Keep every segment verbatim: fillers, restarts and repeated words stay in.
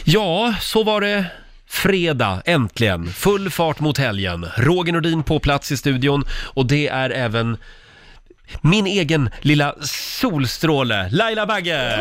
Ja, så var det fredag, äntligen. Full fart mot helgen. Roger Nordin på plats i studion. Och det är även min egen lilla solstråle, Laila Bagge.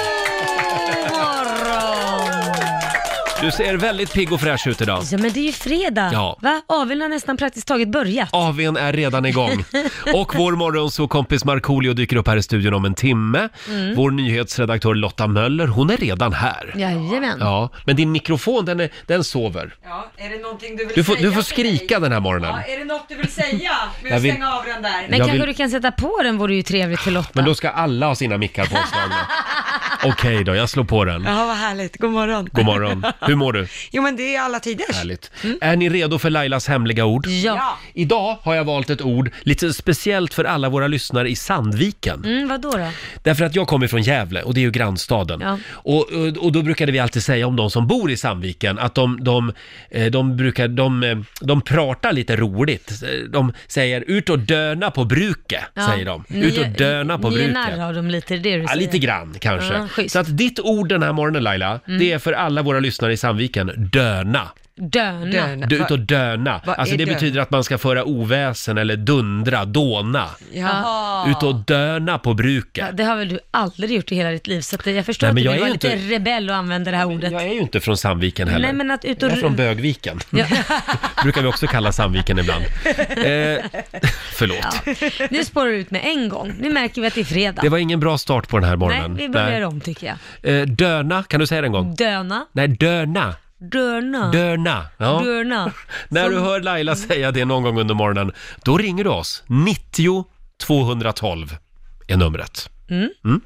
Du ser väldigt pigg och fräsch ut idag. Ja, men det är ju fredag. Ja. Va? Aveln har nästan praktiskt taget börjat. Aveln är redan igång. Och vår morgonsåkompis Markoolio dyker upp här i studion om en timme. Mm. Vår nyhetsredaktör Lotta Möller, hon är redan här. Jajamän. Ja, men din mikrofon, den, är, den sover. Ja, är det någonting du vill du får, säga? Du får skrika den här morgonen. Ja, är det något du vill säga? Vill jag vill... stänga av den där? Men jag kanske vill... du kan sätta på den, vore ju trevligt för Lotta. Men då ska alla ha sina mickar påslagna. Okej okay då, jag slår på den. Ja, vad härligt. God morgon. God morgon. Hur mår du? Jo, men det är alla tiders. Härligt. Mm. Är ni redo för Lailas hemliga ord? Ja. Idag har jag valt ett ord lite speciellt för alla våra lyssnare i Sandviken. Mm, vad då då? Därför att jag kommer från Gävle och det är ju grannstaden. Ja. Och, och, och då brukade vi alltid säga om de som bor i Sandviken att de, de, de, de brukar, de, de pratar lite roligt. De säger ut och döna på bruket, ja. säger de. Ut och döna på bruket. Ni har de lite, det du ja, säger. lite grann kanske. Ja, så att ditt ord den här morgonen, Laila, mm. det är för alla våra lyssnare i Sandviken, döna. Döna. Döna. Du, ut och döna. Va, alltså det döna? betyder att man ska föra oväsen eller dundra, dåna. Jaha. Ut och döna på bruket. Ja, det har väl du aldrig gjort i hela ditt liv, så att jag förstår Nej, att men du jag vill är vara inte... lite rebell och använda det här ordet. Jag är ju inte från Sandviken heller. Nej, men att ut och... Jag är från Bögviken. Ja. Brukar vi också kalla Sandviken ibland. Eh, förlåt. Ja. Nu spårar du ut med en gång. Nu märker vi att det är fredag. Det var ingen bra start på den här morgonen. Nej, vi börjar om tycker jag. Eh, döna, kan du säga det en gång? Döna. Nej, döna. Dörna. Dörna. Ja. Dörna. När Som... du hör Laila säga det någon gång under morgonen, då ringer du oss. nittio tvåhundratolv är numret. Mm. Mm.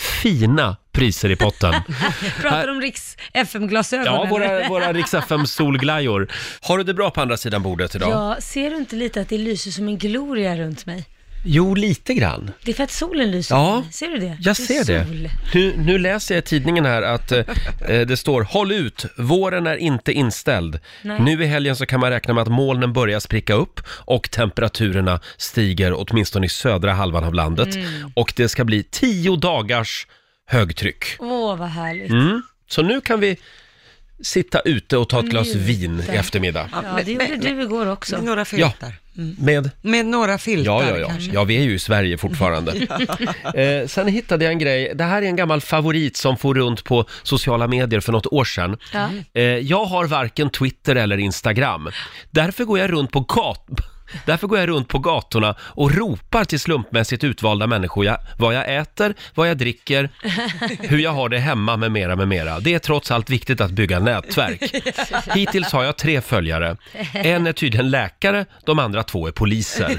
Fina priser i potten. Pratar om Riks F M-glasögon? Ja, våra, våra Riks F M-solglajor. Har du det bra på andra sidan bordet idag? Ja, ser du inte lite att det lyser som en gloria runt mig? Jo, lite grann. Det är för att solen lyser. Ja, ser du det? Jag det ser det. Nu, nu läser jag i tidningen här att eh, det står: håll ut, våren är inte inställd. Nej. Nu i helgen så kan man räkna med att molnen börjar spricka upp och temperaturerna stiger åtminstone i södra halvan av landet. Mm. Och det ska bli tio dagars högtryck. Åh, vad härligt. Mm. Så nu kan vi sitta ute och ta ett glas Njuta. vin i eftermiddag. Ja, det gjorde du igår också. Med några filtar. Ja. Mm. Med? Med några filtar ja, ja, ja. kanske. Ja, vi är ju i Sverige fortfarande. ja. eh, sen hittade jag en grej. Det här är en gammal favorit som får runt på sociala medier för något år sedan. Ja. Eh, jag har varken Twitter eller Instagram. Därför går jag runt på gat... Därför går jag runt på gatorna och ropar till slumpmässigt utvalda människor jag, vad jag äter, vad jag dricker, hur jag har det hemma med mera med mera. Det är trots allt viktigt att bygga nätverk. Hittills har jag tre följare. En är tydligen läkare, de andra två är poliser.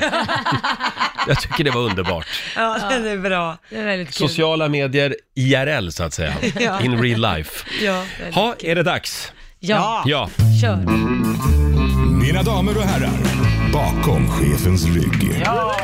Jag tycker det var underbart. Ja, det är bra. Det är väldigt kul. Sociala medier I R L så att säga. Ja. In real life. Ja. Ha, är det dags? Ja. Ja. Kör. Mina damer och herrar, bakom chefens rygg. Ja!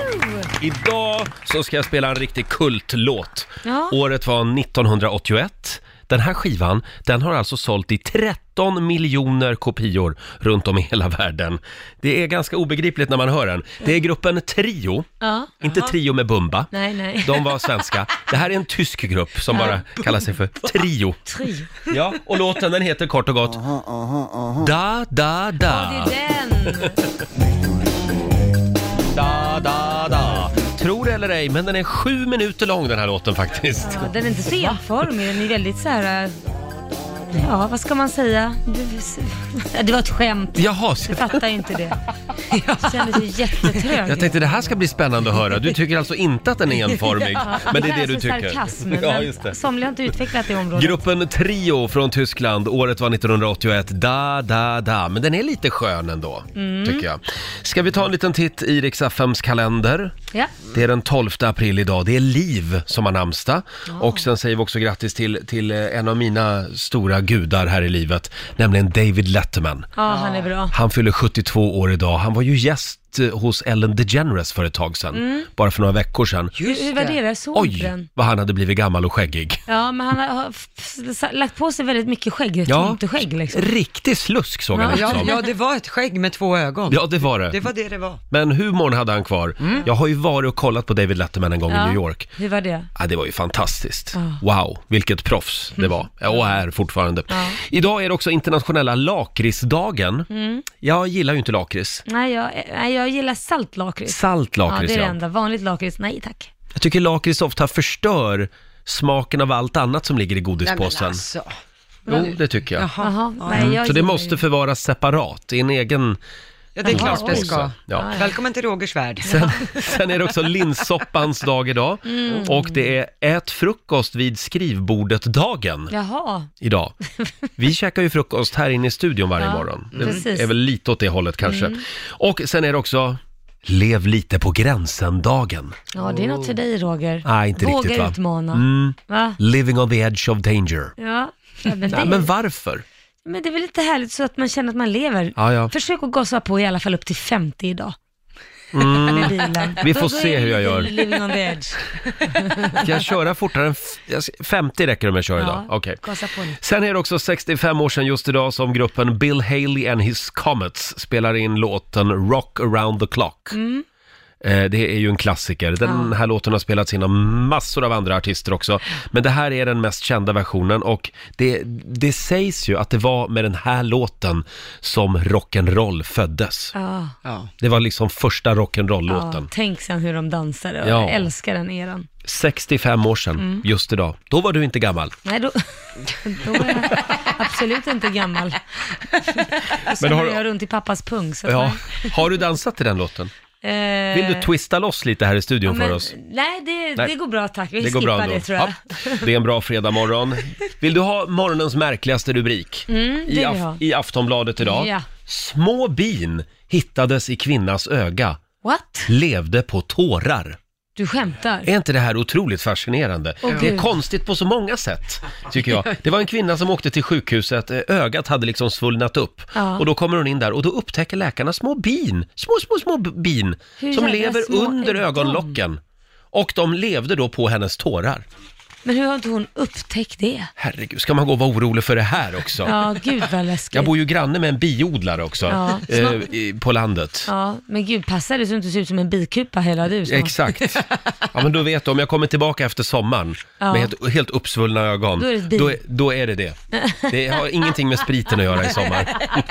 Idag så ska jag spela en riktig kultlåt. Ja. Året var nittonhundraåttioett. Den här skivan, den har alltså sålt i tretton miljoner kopior runt om i hela världen. Det är ganska obegripligt när man hör den. Det är gruppen Trio. Ja. Inte Trio med Bumba. Nej, nej. De var svenska. Det här är en tysk grupp som bara kallar sig för Trio. Trio. Ja, och låten den heter kort och gott Da, da, da. Ja, det är den. Da, da, da. Tror det eller ej, men den är sju minuter lång den här låten faktiskt. Ja, den är inte så enformig, den är väldigt så här... Ja, vad ska man säga? Det var ett skämt. Jaha, Du fattar ju inte det. Jag kände sig jättetrög. jag tänkte det här ska bli spännande att höra. Du tycker alltså inte att den är enformig, Ja, men det är det du alltså tycker. Sarkasm, Ja, men just det. somliga har inte utvecklat det området. Gruppen Trio från Tyskland, året var nittonhundraåttioett. Da, da, da. Men den är lite skön ändå, mm. tycker jag. Ska vi ta en liten titt i Riks F M:s kalender? Ja. Det är den tolfte april idag. Det är Liv som har namnsdag. Ja. Och sen säger vi också grattis till, till en av mina stora gudar här i livet, nämligen David Letterman. Ja, han är bra. Han fyller sjuttiotvå år idag. Han var ju gäst varit eh, hos Ellen DeGeneres för ett tag sedan. Mm. Bara för några veckor sedan. Just hur, hur var det? Jag såg Oj, den. vad han hade blivit gammal och skäggig. Ja, men han har f- f- lagt på sig väldigt mycket skägg. Ett ja, tomteskägg liksom. Riktig slusk såg han ja, ut som. ja, det var ett skägg med två ögon. Ja, det var det. Det var det det var. Men humorn hade han kvar. Mm. Jag har ju varit och kollat på David Letterman en gång ja. i New York. Hur var det? Ja, det var ju fantastiskt. Oh. Wow, vilket proffs det var. Och är fortfarande. Ja. Idag är det också internationella lakritsdagen. Mm. Jag gillar ju inte lakrits. Nej, jag, nej, jag gillar salt lakrits. Salt lakrits, ja. Det är det ja. enda. Vanligt lakrits, nej tack. Jag tycker lakrits ofta förstör smaken av allt annat som ligger i godispåsen. Alltså. Jo, det tycker jag. Jaha. Jaha. Nej, jag så det måste förvaras separat i en egen... Ja, det är klart det ska. Ja. Ja. Välkommen till Rogers värld. Sen, sen är det också linssoppans dag idag. Mm. Och det är ät frukost vid skrivbordet-dagen. Jaha. Idag. Vi käkar ju frukost här inne i studion varje ja, morgon. Det precis. Är väl lite åt det hållet kanske. Mm. Och sen är det också lev lite på gränsen-dagen. Ja, det är något för dig, Roger. Nej, inte Våga riktigt va? utmana. Mm. Va? Living on the edge of danger. Ja, ja men, det... Nej, men varför? Men det är väl lite härligt så att man känner att man lever. Ja, ja. Försök att gasa på i alla fall upp till femtio idag. Mm. Med bilen. Vi får se hur jag gör. Living on the edge. Ska jag köra fortare än f- femtio räcker det med att köra ja, idag? Okej. Okay. Sen är det också sextiofem år sedan just idag som gruppen Bill Haley and His Comets spelar in låten Rock Around the Clock. Mm. Det är ju en klassiker. Den ja. här låten har spelats in av massor av andra artister också. Men det här är den mest kända versionen. Och det, det sägs ju att det var med den här låten som rock'n'roll föddes. Ja. Ja. Det var liksom första rock'n'roll-låten. Ja, tänk sen hur de dansade. Ja. Jag älskar den eran. sextiofem år sedan, mm. just idag. Då var du inte gammal. Nej, då, då var jag absolut inte gammal. Och sen var jag runt i pappas pung. Så ja. Har du dansat till den låten? Vill du twista loss lite här i studion ja, men, för oss? Nej det, nej, det går bra tack. Vi det skippar bra det tror jag. Ja, det är en bra fredag morgon. Vill du ha morgonens märkligaste rubrik? Mm, I, af- I Aftonbladet idag. Ja. Små bin hittades i kvinnas öga. What? Levde på tårar. Du skämtar. Är inte det här otroligt fascinerande? Oh, det är Gud. konstigt på så många sätt, tycker jag. Det var en kvinna som åkte till sjukhuset, ögat hade liksom svullnat upp. Ja. Och då kommer hon in där och då upptäcker läkarna små bin, små, små, små bin Hur som jävla lever små under är ögonlocken. Och de levde då på hennes tårar. Men hur har inte hon upptäckt det? Herregud, ska man gå och vara orolig för det här också? Ja, gud vad läskigt. Jag bor ju granne med en biodlare också, ja, eh, i, på landet. Ja, men gud, passar det så inte ser ut som en bikupa hela du snart. Exakt. Ja, men då vet du, om jag kommer tillbaka efter sommaren ja. med helt, helt uppsvullna ögon, då är, det då, är, då är det det. Det har ingenting med spriten att göra i sommar.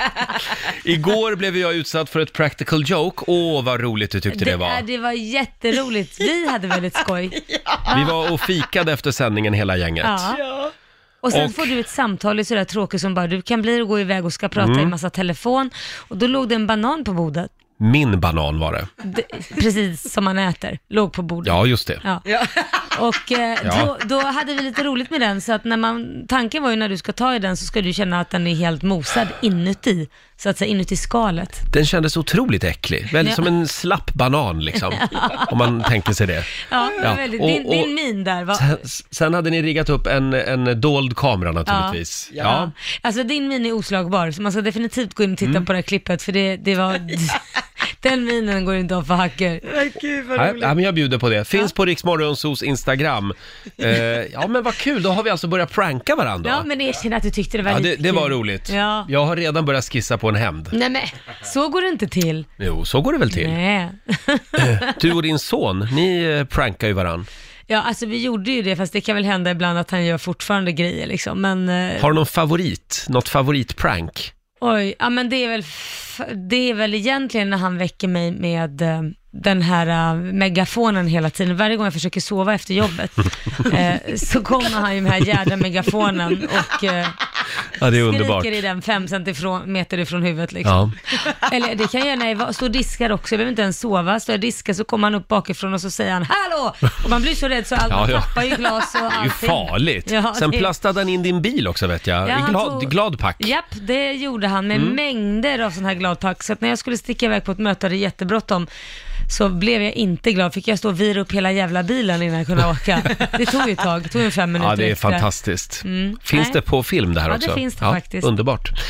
Igår blev jag utsatt för ett practical joke. Åh, vad roligt du tyckte det, det var. Det var jätteroligt. Vi hade väldigt skoj. Ja. Vi var och fikade efter sändningen hela gänget. Ja. Och sen och... får du ett samtal i sådär tråkigt som bara, du kan bli och gå iväg och ska prata mm. i massa telefon. Och då låg det en banan på bordet. Min banan var det. det precis som man äter, låg på bordet. Ja, just det. Ja. Ja. Och eh, ja. då, då hade vi lite roligt med den, så att när man, tanken var ju när du ska ta i den så ska du känna att den är helt mosad inuti, så att säga inuti skalet. Den kändes otroligt äcklig, väldigt ja. som en slapp banan liksom, ja. om man tänker sig det. Ja, ja. Väldigt, och, din, och, din min där var... Sen, sen hade ni riggat upp en, en dold kamera naturligtvis. Ja. Ja. Ja. Alltså din min är oslagbar, så man ska definitivt gå in och titta mm. på det här klippet, för det, det var... Den minen går inte av för hacker. Gud, vad roligt. Ja, men jag bjuder på det. Finns ja. på Riksmorgonsos Instagram. Eh, ja, men vad kul. Då har vi alltså börjat pranka varandra. Ja, men erkänn att du tyckte det var ja, lite det, det var roligt. Ja. Jag har redan börjat skissa på en hämnd. Nej, men så går det inte till. Jo, så går det väl till. Nej. Du och din son, ni prankar ju varann. Ja, alltså vi gjorde ju det, fast det kan väl hända ibland att han gör fortfarande grejer liksom. Men, eh... har du någon favorit? Något favoritprank? Oj, ja men det är väl f- det är väl egentligen när han väcker mig med uh, den här uh, megafonen hela tiden. Varje gång jag försöker sova efter jobbet uh, så kommer han ju med den här jävla megafonen och uh, ja, det är underbart. Skriker i den fem centimeter ifrån huvudet liksom. Ja. Eller det kan jag gärna jag stå och diskar också. Jag behöver inte ens sova. Står jag och diskar så kommer han upp bakifrån och så säger han hallå! Och man blir så rädd så allt, ja, man ja. tappar ju glas och allting. Det är ju farligt. Ja, Sen det... plastade han in din bil också vet jag. Ja, glad, tog... Gladpack. Japp, det gjorde han med mm. mängder av sån här gladpack. Så att när jag skulle sticka iväg på ett möte och det jättebråttom, så blev jag inte glad. Fick jag stå och vira upp hela jävla bilen innan jag kunde åka. Det tog ju ett tag, det tog en fem minuter. Ja, det är extra. fantastiskt. Mm. Finns Nej. det på film det här ja, också? Ja, det finns det ja, faktiskt. Underbart.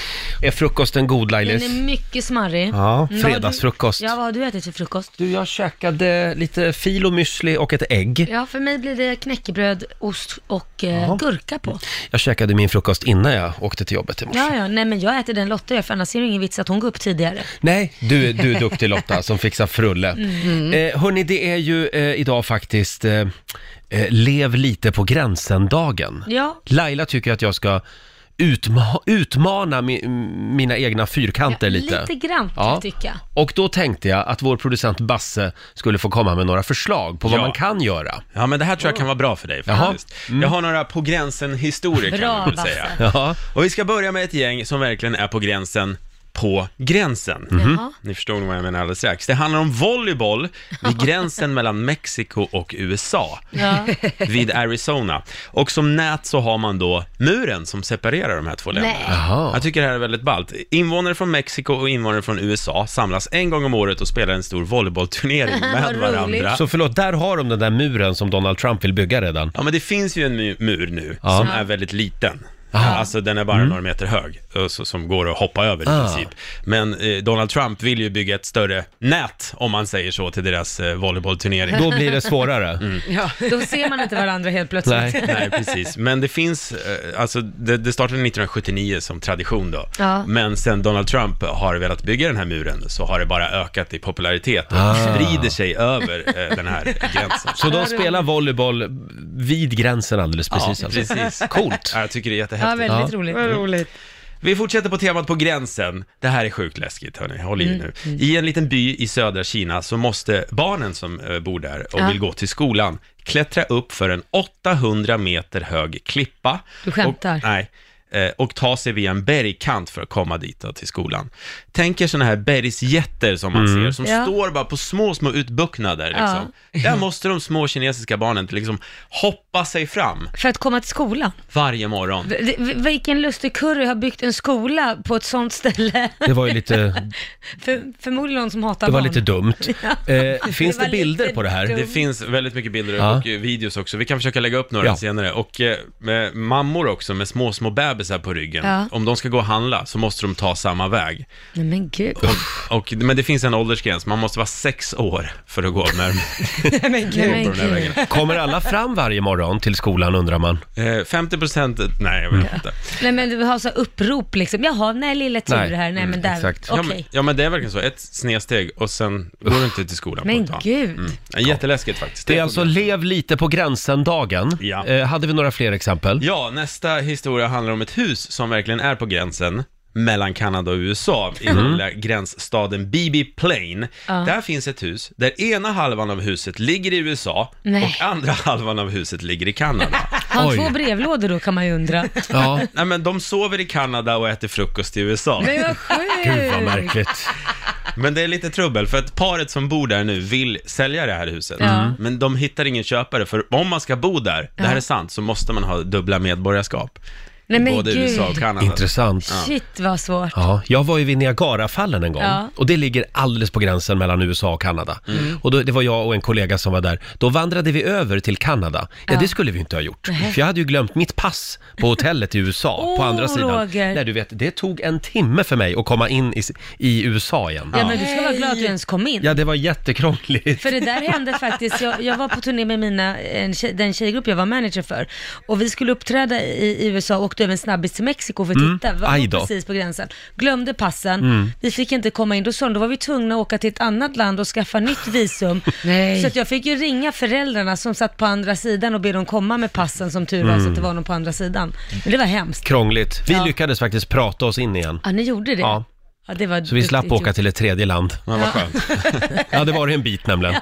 Är frukosten god, Lailis? Den är mycket smarrig. Ja, Mm, fredagsfrukost. vad har du- Ja, vad har du ätit för frukost? Du, jag käkade lite fil och müsli och ett ägg. Ja, för mig blir det knäckebröd, ost och eh, Ja. gurka på. Jag käkade min frukost innan jag åkte till jobbet i morse. Ja, ja, nej men jag äter den Lotta gör, för annars är det ingen vits att hon går upp tidigare. Nej, du, du är duktig Lotta som fixar frulle. Mm. Eh, hörni, det är ju eh, idag faktiskt eh, eh, lev lite på gränsen-dagen. Ja. Laila tycker att jag ska utma- utmana mi- mina egna fyrkanter Ja, lite. lite grann, kan jag tycka. Och då tänkte jag att vår producent Basse skulle få komma med några förslag på vad Ja. man kan göra. Ja, men det här tror jag kan vara bra för dig Jaha. faktiskt. Jag har några på gränsen historier kan Bra, man väl Basse. säga. Ja. Och vi ska börja med ett gäng som verkligen är på gränsen på gränsen. Jaha. Ni förstår nog vad jag menar alldeles strax. Det handlar om volleyboll vid gränsen mellan Mexiko och U S A. Ja. Vid Arizona. Och som nät så har man då muren som separerar de här två länderna. Nej. Jaha. Jag tycker det här är väldigt ballt. Invånare från Mexiko och invånare från U S A samlas en gång om året och spelar en stor volleybollturnering med Vad varandra. roligt. Så förlåt, där har de den där muren som Donald Trump vill bygga redan. Ja, men det finns ju en mu- mur nu Ja. som är väldigt liten. Aha. Alltså den är bara några meter hög och så, som går att hoppa över i Ah. princip. Men eh, Donald Trump vill ju bygga ett större nät, om man säger så, till deras eh, volleybollturnering. Då blir det svårare. Ja. Då ser man inte varandra helt plötsligt. Nej. Nej, precis. Men det finns, eh, alltså det, det startade nittonhundrasjuttionio som tradition då. Ja. Men sen Donald Trump har velat bygga den här muren så har det bara ökat i popularitet och Ah. sprider sig över eh, den här gränsen. Så de spelar volleyboll vid gränsen alldeles precis. Ja, alltså. precis. Coolt. Ja, jag tycker det är Ja, jättehäftigt. väldigt Ja. roligt. Vad roligt. Vi fortsätter på temat på gränsen. Det här är sjukt läskigt, hörni. Håll i nu. I en liten by i södra Kina så måste barnen som eh, bor där och Ja. vill gå till skolan klättra upp för en åttahundra meter hög klippa. Du skämtar. Och, nej. eh, Och ta sig via en bergkant för att komma dit då, till skolan. Tänk er såna här bergsjätter som man ser, som Ja. står bara på små, små utbucknader. Liksom. Där måste de små kinesiska barnen liksom hoppa sig fram För att komma till skolan. varje morgon. V- v- vilken lustig curry har byggt en skola på ett sånt ställe? Det var ju lite, För, förmodligen någon som hatar det var barn. lite dumt. Eh, finns Det det var bilder lite på det här? dumt. Det finns väldigt mycket bilder Ja. och eh, videos också. Vi kan försöka lägga upp några Ja. senare. Och eh, med mammor också med små, små bebisar på ryggen. Ja. Om de ska gå och handla så måste de ta samma väg. Nej men gud. Och, men det finns en åldersgräns. Man måste vara sex år för att gå med Men Nej, gud. men på den här gud. vägen. Kommer alla fram varje morgon till skolan undrar man? Eh, femtio procent, nej jag vet inte. Nej men du har så upprop liksom. Jaha, nej lilla tur Nej. här. Nej men där. exakt. Okej. Ja, men, ja men det är verkligen så. Ett snedsteg och sen går du inte till skolan Men på ett tag. gud. Ja, jätteläskigt faktiskt. Det är på alltså gränsen. lev lite på gränsen-dagen. Ja. Eh, hade vi några fler exempel? Ja, nästa historia handlar om ett hus som verkligen är på gränsen mellan Kanada och U S A i den lilla gränsstaden B B Plain. Ja. Där finns ett hus där ena halvan av huset ligger i U S A Nej. och andra halvan av huset ligger i Kanada. Har han Oj. två brevlådor då kan man ju undra. Ja, Nej, men de sover i Kanada och äter frukost i U S A. Men vad sjukt. gud vad märkligt. Men det är lite trubbel för att paret som bor där nu vill sälja det här huset. Ja. Men de hittar ingen köpare för om man ska bo där, det här Ja. är sant, så måste man ha dubbla medborgarskap. Nej men Både U S A och gud. Kanada. Intressant. Shit vad svårt. Ja, jag var ju vid Niagarafallen en gång Ja. och det ligger alldeles på gränsen mellan U S A och Kanada. Mm. Och då, det var jag och en kollega som var där. Då vandrade vi över till Kanada. Ja, Ja. det skulle vi inte ha gjort. För jag hade ju glömt mitt pass på hotellet i U S A på Åh, andra sidan. Roger. Nej, du vet, det tog en timme för mig att komma in i, i U S A igen. Ja men du ska vara glad att du ens kom in. Ja, det var jättekrångligt. För det där hände faktiskt, jag, jag var på turné med mina, en tjej, den tjejgrupp jag var manager för. Och vi skulle uppträda i, i U S A och åkte över en snabbis till Mexiko för att Mm, titta. Vi aj var då. precis på gränsen. Glömde passen, Mm. vi fick inte komma in. Då sa de, då var vi tvungna att åka till ett annat land och skaffa nytt visum. Nej. Så att jag fick ju ringa föräldrarna som satt på andra sidan och be dem komma med passen som tur var, så att det var någon på andra sidan. Men det var hemskt. Krångligt. Vi Ja. lyckades faktiskt prata oss in igen. Ja, ni gjorde det? Ja. Ja, det var Så vi slapp duktigt åka gjort. till ett tredje land. Ja, vad skönt. Ja, det var en bit nämligen.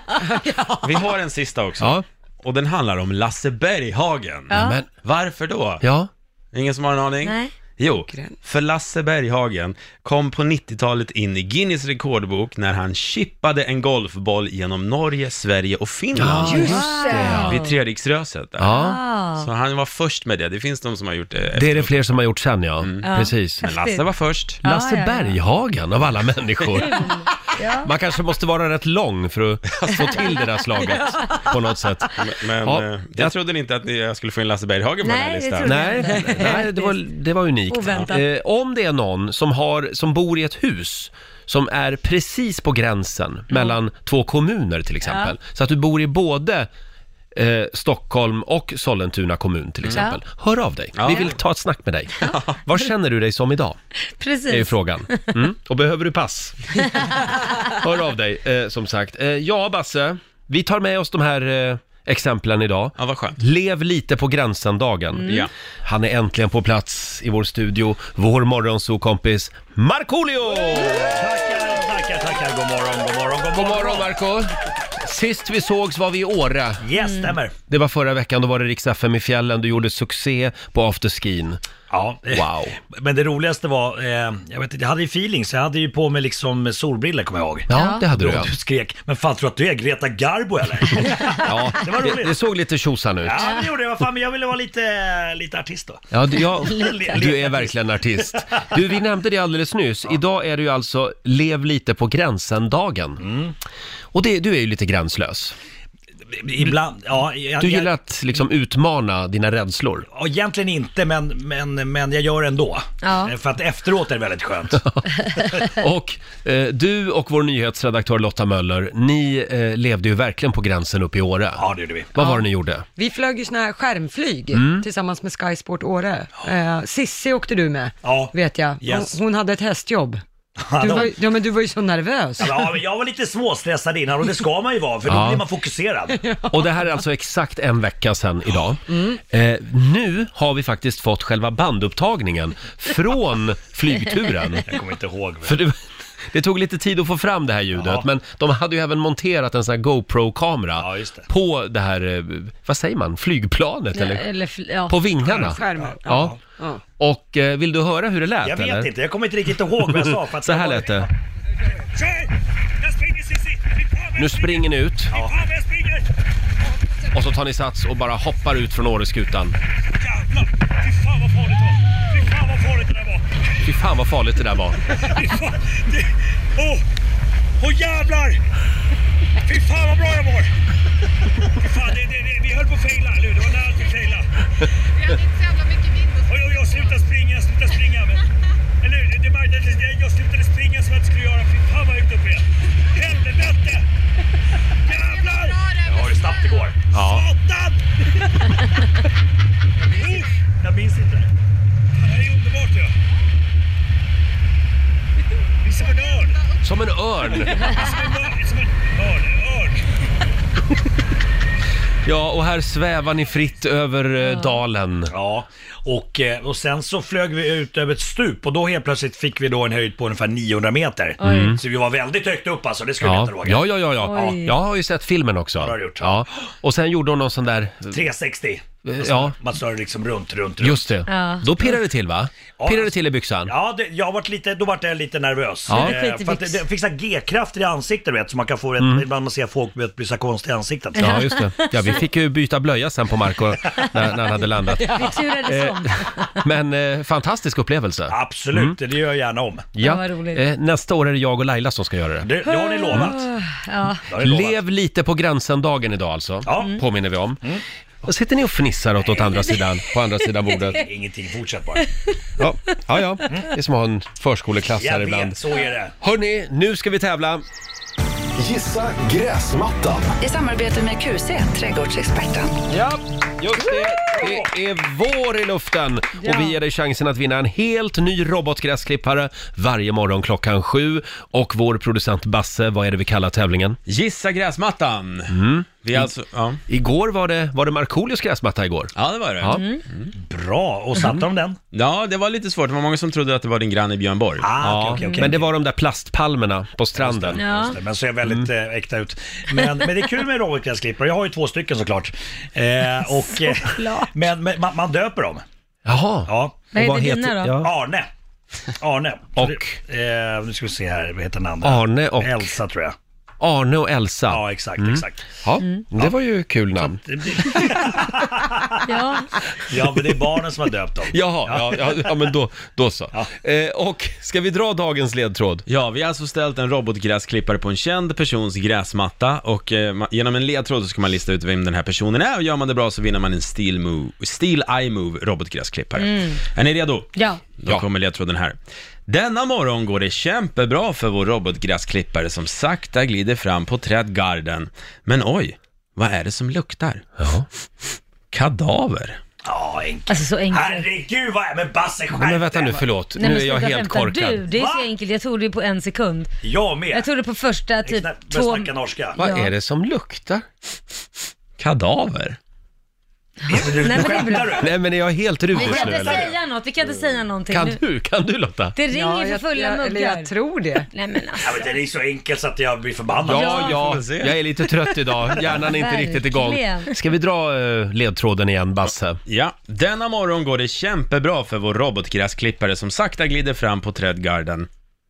Vi har en sista också. Ja. Och den handlar om Lasse Berghagen. Ja. Men, Varför då? ja. Ingen som har en aning? Nej. Jo, för Lasse Berghagen kom på nittiotalet in i Guinness rekordbok när han chippade en golfboll genom Norge, Sverige och Finland. Ja, just det. Vid Treriksröset där. Ja. Ah. Så han var först med det. Det finns de som har gjort det Det är det efteråt. fler som har gjort sen, ja. Ja. Precis. Men Lasse var först. Ja, Lasse ja, ja. Berghagen av alla människor. Ja. Man kanske måste vara rätt lång för att få till det där slaget på något sätt. Men Ja. eh, jag trodde inte att jag skulle få in Lasse Berghagen på Nej, den här det listan. trodde jag Nej, nej det, var, det var unikt. unikt. Oväntat. Eh, om det är någon som, har, som bor i ett hus som är precis på gränsen mm. mellan två kommuner till exempel. Ja. Så att du bor i både eh, Stockholm och Sollentuna kommun till exempel. Ja. Hör av dig. Ja. Vi vill ta ett snack med dig. Ja. Vad känner du dig som idag? Precis. Det är ju frågan. Mm. Och behöver du pass? Hör av dig, eh, som sagt. Eh, ja, Basse, vi tar med oss de här... Eh, exemplen idag. Ja, vad skönt. Lev lite på gränsen-dagen. Mm. Ja. Han är äntligen på plats i vår studio. Vår morgonsokompis Markoolio! Tackar, tackar, tackar. God morgon, god morgon, god morgon. God morgon, Marco. Sist vi sågs var vi i Åre. Yes, stämmer. Det var förra veckan, då var det Rix F M i fjällen. Du gjorde succé på afterskin. Ja, wow. Men det roligaste var, eh, jag vet inte, jag hade ju feeling så jag hade ju på mig liksom solbriller, kommer jag ihåg. Ja, det hade du. Ja. Du skrek, men fan tror du att du är Greta Garbo eller? Ja, det, var det, det såg lite tjosan ut. Ja, det gjorde jag. Fan, men jag ville vara lite, lite artist då. Ja, du, ja, du är verkligen artist. Du, vi nämnde det alldeles nyss. Ja. Idag är det ju alltså Lev lite på gränsen-dagen. Mm. Och det, du är ju lite gränslös. Ibland, ja, jag, du gillar att liksom utmana dina rädslor. Ja, egentligen inte, men, men, men jag gör det ändå. Ja. För att efteråt är det väldigt skönt. Och eh, du och vår nyhetsredaktör Lotta Möller, ni eh, levde ju verkligen på gränsen upp i Åre. Ja, det gjorde vi. Vad ja. var det ni gjorde? Vi flög ju såna här skärmflyg Mm. tillsammans med Sky Sport Åre. Eh, Sissi åkte du med, ja. vet jag. Yes. Hon, hon hade ett hästjobb. Du var, ja, men du var ju så nervös. Ja, men jag var lite småstressad innan och det ska man ju vara, för då ja. blir man fokuserad. Och det här är alltså exakt en vecka sedan idag. Mm. Eh, nu har vi faktiskt fått själva bandupptagningen från flygturen. Jag kommer inte ihåg. För det, det tog lite tid att få fram det här ljudet, ja. Men de hade ju även monterat en sån här GoPro-kamera ja, just det. på det här, vad säger man, flygplanet? Ja, eller eller ja. på vingarna. Skärmen. Ja. Ja. Och eh, vill du höra hur det lät? Jag vet eller? inte, jag kommer inte riktigt ihåg vad jag sa. För att så här lät det. Nu springer ni ut. Ja. Och så tar ni sats och bara hoppar ut från Åreskutan. Jävlar, fy fan vad farligt det var. Fy fan vad farligt det där var. Fy fan vad farligt det där var. Fy fan, det... Åh, åh jävlar. Fy fan vad bra jag mår. Fy fan, det, det, det, vi höll på att fejla, eller hur? Det var nära att fejla. Vi hade inte så jävla mycket vind. Oj, oj, jag slutade springa, jag slutade springa. Men, eller hur? Det, det, det, det, jag slutade springa som jag inte skulle göra. Fy fan vad högt upp är. Helvete. Jävlar. Jag har det snabbt igår. Ja. Satan. Jag minns inte det. Det här är underbart, ja. Vi är som en örn. Som en örn. Vi är som en örn. Som en örn. örn. Ja, och här svävar ni fritt över ja. dalen. Ja, och, och sen så flög vi ut över ett stup och då helt plötsligt fick vi då en höjd på ungefär niohundra meter. Mm. Så vi var väldigt högt upp alltså, det skulle ja. jag inte Roger. Ja, ja, ja, ja. Oj. Jag har ju sett filmen också. Ja, det har du gjort. Ja. Och sen gjorde hon någon sån där... trehundrasextio. Ja. Man står liksom runt, runt, runt. Just det. Ja. Då pirrade det till, va? Ja. Pirrade det till i byxan. Ja, det, jag varit lite, då var jag lite nervös. Ja. Eh, för att det, det fick så här G-krafter i ansiktet, vet, så man kan få ett, Mm. ibland man ser folk vet, bli så konstiga i ansiktet. Ja, just det. Ja, vi fick ju byta blöja sen på Marco när, när han hade landat. Vi turades om. Men eh, fantastisk upplevelse. Absolut, Mm. det gör jag gärna om. Ja. vad roligt. Eh, nästa år är det jag och Laila som ska göra det. Det, det har ni lovat. Ja. Det har ni lovat. Lev lite på gränsen-dagen idag alltså, Ja. mm. påminner vi om. Mm. Och sitter ni och fnissar åt, åt andra sidan, på andra sidan bordet? Ingenting, fortsätt bara. Ja, ja, ja. Det är som att ha en förskoleklass här Jag ibland. vet, så är det. Hörrni, nu ska vi tävla. Gissa gräsmattan. I samarbete med Q C, trädgårdsexperten. Ja, just det. Det är vår i luften. Ja. Och vi ger dig chansen att vinna en helt ny robotgräsklippare varje morgon klockan sju. Och vår producent Basse, vad är det vi kallar tävlingen? Gissa gräsmattan. Mm. Vi alltså, ja. Igår var det, var det Markoolios gräsmatta igår? Ja, det var det. Ja. Mm. Bra, och satte de den? Ja, det var lite svårt. Det var många som trodde att det var din granne Björn Borg. Ah, Ja, okej, okej, okej. men det var de där plastpalmerna på stranden. Ja. Just det, men ser väldigt Mm. eh, äkta ut. Men, men det är kul med robotgräsklippare. Jag har ju två stycken såklart. Eh, och, eh, men men man, man döper dem. Jaha. Ja. Vad Och heter dina då? Ja. Arne. Arne. Och? Eh, nu ska vi se här, vad heter den andra? Arne och... Elsa tror jag. Arne och Elsa. Ja, exakt, Mm. exakt. Ja, det var ju kul namn. Ja. Ja, men det är barnen som har döpt dem. Jaha, ja, ja, ja men då, då så. Ja. Eh, och ska vi dra dagens ledtråd? Ja, vi har alltså ställt en robotgräsklippare på en känd persons gräsmatta och eh, ma- genom en ledtråd så ska man lista ut vem den här personen är och gör man det bra så vinner man en Steel, move, Steel Eye Move robotgräsklippare. Mm. Är ni redo? Ja. Då Ja. kommer ledtråden här. Denna morgon går det kämpebra för vår robotgräsklippare som sakta glider fram på trädgarden. Men oj, vad är det som luktar? Ja. Kadaver. Ja, enkelt. Alltså så enkelt. Herregud, vad är med Basse, skärp Nej, men vänta dig. nu, förlåt. Nej, nu men är jag sluta helt skämta. korkad. Du, det är Va? så enkelt. Jag tog det på en sekund. Jag med. Jag tog det på första typ Jag två... snacka norska. Vad Ja. är det som luktar? Kadaver? Men du, Nej, men det är skämtar bra. du? Nej, men är jag helt Vi rubus kan nu inte eller? säga något, vi kan inte säga någonting. Kan Nu- du? Kan du Lotta? Det ringer för jag, fulla jag, eller muggar. jag tror det. Nej men alltså. Ja, men det är så enkelt så att jag blir förbannad. Ja, ja, får se. jag är lite trött idag. Hjärnan är inte riktigt igång. Verkligen. Ska vi dra uh, ledtråden igen, Basse? Ja, denna morgon går det kämpebra för vår robotgräsklippare som sakta glider fram på trädgarden.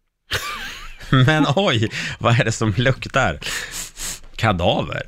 Men oj, vad är det som luktar? Kadaver.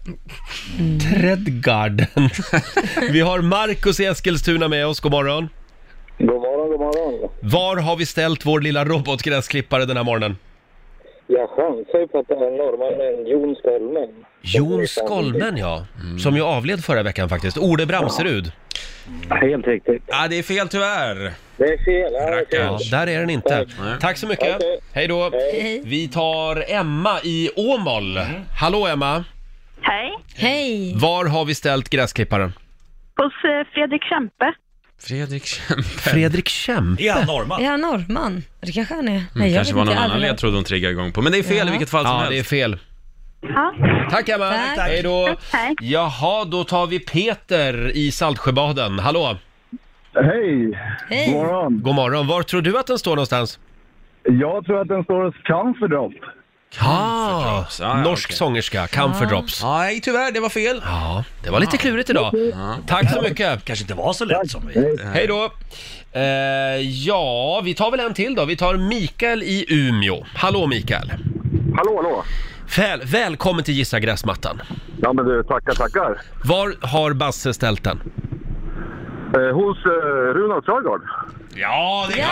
Trädgarden. Vi har Markus i Eskilstuna med oss. God morgon. God morgon, god morgon. Var har vi ställt vår lilla robotgräsklippare den här morgonen? Jag chansar ju på att det är norrmannen Jon Skolmen. Jon Skolmen, ja. Som ju avled förra veckan faktiskt. Orde Bramserud. Helt riktigt. Ja, det är fel tyvärr. Det är fel. Ja, det är Ja, fel. där är den inte. Nej. Tack så mycket. Okej. Hej då. Hej. Vi tar Emma i Åmål. Hallå Emma. Hej, Hej. Var har vi ställt gräsklipparen? hos eh, Fredrik Kempe. Fredrik Kempe. Fredrik Kempe. Är han norrman? Är han norrman? Det kanske han är. Nej, Mm, jag kanske vet var inte, någon jag annan aldrig- ledtråd de triggar igång på. Men det är fel Ja. i vilket fall som Ja, helst. det är fel. Ja, Tack Emma. Tack. Hej då. hej. Jaha, då tar vi Peter i Saltsjöbaden. Hallå. Hej! Hej. God morgon. God morgon. Var tror du att den står någonstans? Jag tror att den står hos Comfort Drop. Ja, Drops. Ja, ja, norsk okej. sångerska, Comfort Drops. Nej, tyvärr, det var fel. Ja, det var lite klurigt idag. Tack så mycket. Kanske inte var så lätt som vi. Hej då. Eh, ja, vi tar väl en till då. Vi tar Mikael i Umeå. Hallå Mikael. Hallå, hallå. Väl, välkommen till Gissa Gräsmattan. Ja, men du, tackar, tackar. Var har Basse ställt den? Eh, hos eh, Runar Sörgård. Ja, det är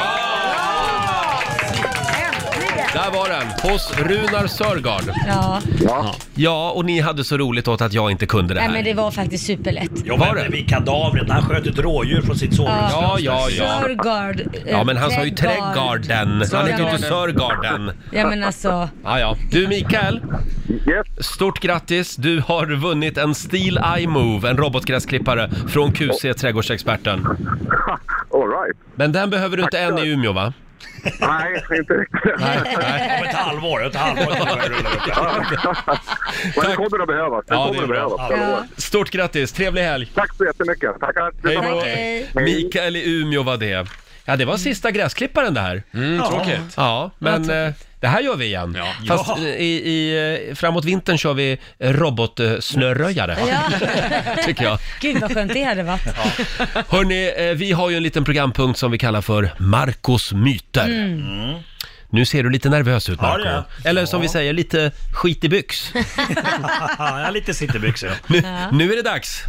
Där var den, hos Runar Sörgård. Ja. Ja. Ja, och ni hade så roligt åt att jag inte kunde det Nej här. men det var faktiskt superlätt. Jag Var vände det? vid kadavret när han sköt ett rådjur från sitt sovrum. Ja, ja, ja. Sörgård. Ja, men han sa ju trädgarden. Han heter ju inte Sörgarden. Ja men alltså. Ja, ja. Du Mikael, Yes. stort grattis. Du har vunnit en Steel Eye Move, en robotgräsklippare från Q C Trädgårdsexperten. All right. Men den behöver du inte än i Umeå, va? Nej, inte riktigt. Om ett halvår, ett halvår till jag rullar upp. Men det kommer att behövas. Det Ja, det kommer är att bra. behövas. Ja. Stort grattis, trevlig helg. Tack så jättemycket. Tackar. Hej då. Tack, hej. Mikael i Umeå var det. Ja, det var sista gräsklipparen det här. Mm, tråkigt. Ja, men eh, det här gör vi igen. Ja. Fast Ja. eh, i, i, eh, framåt vintern kör vi robotsnöröjare, Ja. tycker jag. Gud vad skönt det hade varit. Hörrni, eh, vi har ju en liten programpunkt som vi kallar för Marcos myter. Nu ser du lite nervös ut, Ja, Marco. det är jag. Eller som Ja. vi säger, lite skit i byx. Ja, jag har lite sittebyxor. Nu, nu är det dags.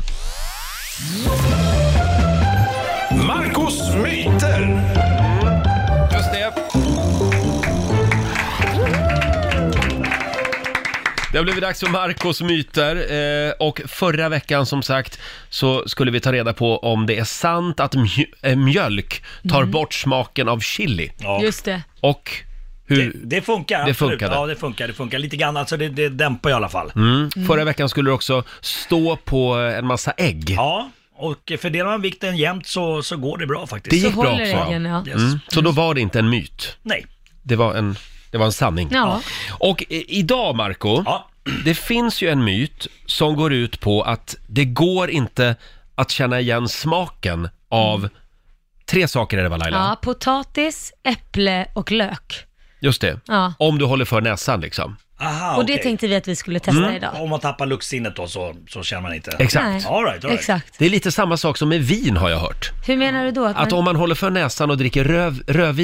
Marcos myter. Just det. Det har blivit dags för Marcos myter eh, och förra veckan som sagt så skulle vi ta reda på om det är sant att mj- eh, mjölk tar bort smaken av chili. Ja. Just det. Och Det, hur... det funkar, Det absolut. funkade. Ja, det funkar. Det funkar lite grann. Alltså det, det dämpar i alla fall. Mm. Förra veckan skulle det också stå på en massa ägg. Ja, och fördelar man vikten jämnt så, så går det bra faktiskt. Det Så gick bra håller också. äggen, ja. Yes. Mm. Så då var det inte en myt. Nej. Det var en, det var en sanning. Ja. Och eh, idag, Marco, Ja. det finns ju en myt som går ut på att det går inte att känna igen smaken av tre saker är det, va, Laila? Ja, potatis, äpple och lök. Just det. Ja. Om du håller för näsan liksom. Aha, Och det okej. tänkte vi att vi skulle testa idag. Om man tappar luktsinnet då så, så känner man inte. Exakt. Nej. All right, all right. Exakt. Det är lite samma sak som med vin har jag hört. Hur menar du då? Att Att man... om man håller för näsan och dricker röv, rödvin,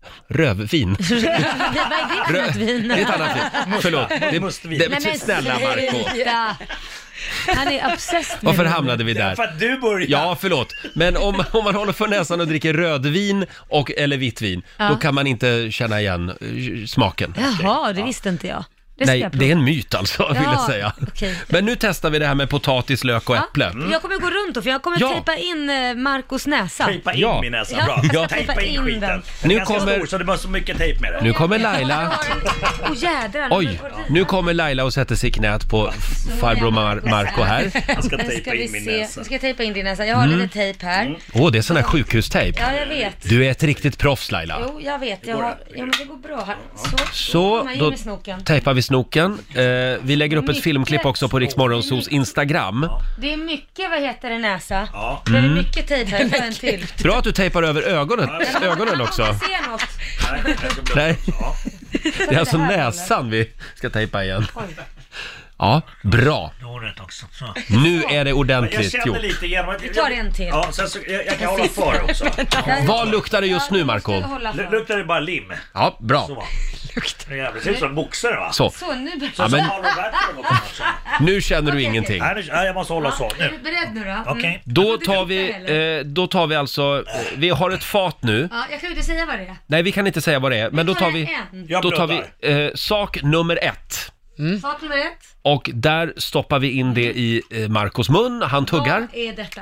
Rövvin. Vad är det för ett vin? Det är ett annat vin. Förlåt. Det, Måste vi. det, Nej, men snälla Marco. sluta. Han är obsessed med Varför det. hamnade vi där? För att du börjar. Ja, förlåt. Men om, om man håller för näsan och dricker rödvin och, eller vitt vin, Ja. då kan man inte känna igen eh, smaken. Jaha, det visste inte jag. Det ska Nej, jag det prova. är en myt alltså, vill jag säga. okej. Men nu testar vi det här med potatis, lök och äpple. Ja, jag kommer gå runt då, för jag kommer Ja. tejpa in eh, Marcos näsa. Tejpa in Ja. min näsa, Ja. bra. Ja. Tejpa in In skiten. den. Den Nu är ganska kommer- stor, så det var så mycket tejp med det. Nu kommer Laila. Åh oh, jädrar. Oj, nu kommer Laila och sätter sig i knät på farbror Mar- Marco här. Jag ska Nu tejpa ska vi in min se. näsa. Nu ska jag tejpa in din näsa. Jag har lite tejp här. Åh, det är sån här sjukhustejp. Ja, jag vet. Du är ett riktigt proffs, Laila. Jo, jag vet. Jag har... Ja, men det går bra här. Så. Så, Kom här, ge då mig snoken. tejpar vi snoken. Eh, vi lägger upp ett Mycket. filmklipp också på Rix Morgonzos Instagram. Det är mycket, vad heter det, näsa. Ja. Det är mycket tejp här. Jag tar en till. Bra att du tejpar över ögonen, ögonen också. Jag ser något. Nej, jag ska blunda. Nej, Ja. det är alltså det här, näsan vi ska tejpa igen. Ja, bra. Du har rätt också. Så. Nu är det Jag ordentligt känner gjort. lite genom att... Vi tar en till. Ja, sen så, jag, jag kan hålla för också. Vad luktar det just nu, Ja, Marco? du måste hålla för. L- luktar det bara lim? Ja, bra. Så va. Det ser ut som boxare va? Så, Så, nu börjar ja, men Har du värt det något också? nu känner du Okej, ingenting. Nej, nu- nej, jag måste hålla så. Är du Nu. beredd nu då? Mm. Okej. Då tar vi, eh, då tar vi alltså, eh, vi har ett fat nu. Ja, jag kan ju inte säga vad det är. Nej, vi kan inte säga vad det är, men då tar vi, En. Jag då tar blundar. vi eh, sak nummer ett. Sak nummer ett. Och där stoppar vi in det i eh, Marcos mun, han tuggar. Vad är detta?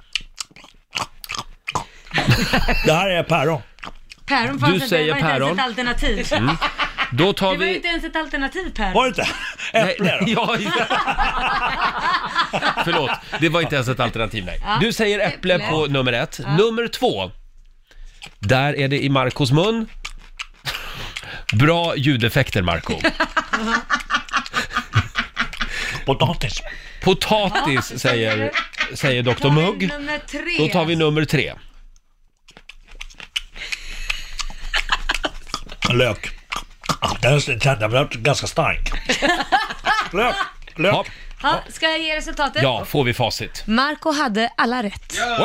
Det här är päron. Päron fanns Du inte, säger det var inte päron. ens ett alternativ. Då tar Det var ju vi... inte ens ett alternativ, Var päron. det inte? Äpple då? Ja, ja. Förlåt, det var inte ens ett alternativ, nej. Du säger äpple Äpple. på nummer ett. Nummer två, där är det i Marcos mun. Bra ljudeffekter, Marco. Potatis. Potatis, säger, säger doktor Mugg. Nummer tre. Då tar vi nummer tre. Lök. Den är, den är ganska stark. Lök. Lök. Ja, Ja, ska jag ge resultatet? ja, får vi facit. Marco hade alla rätt. Wow!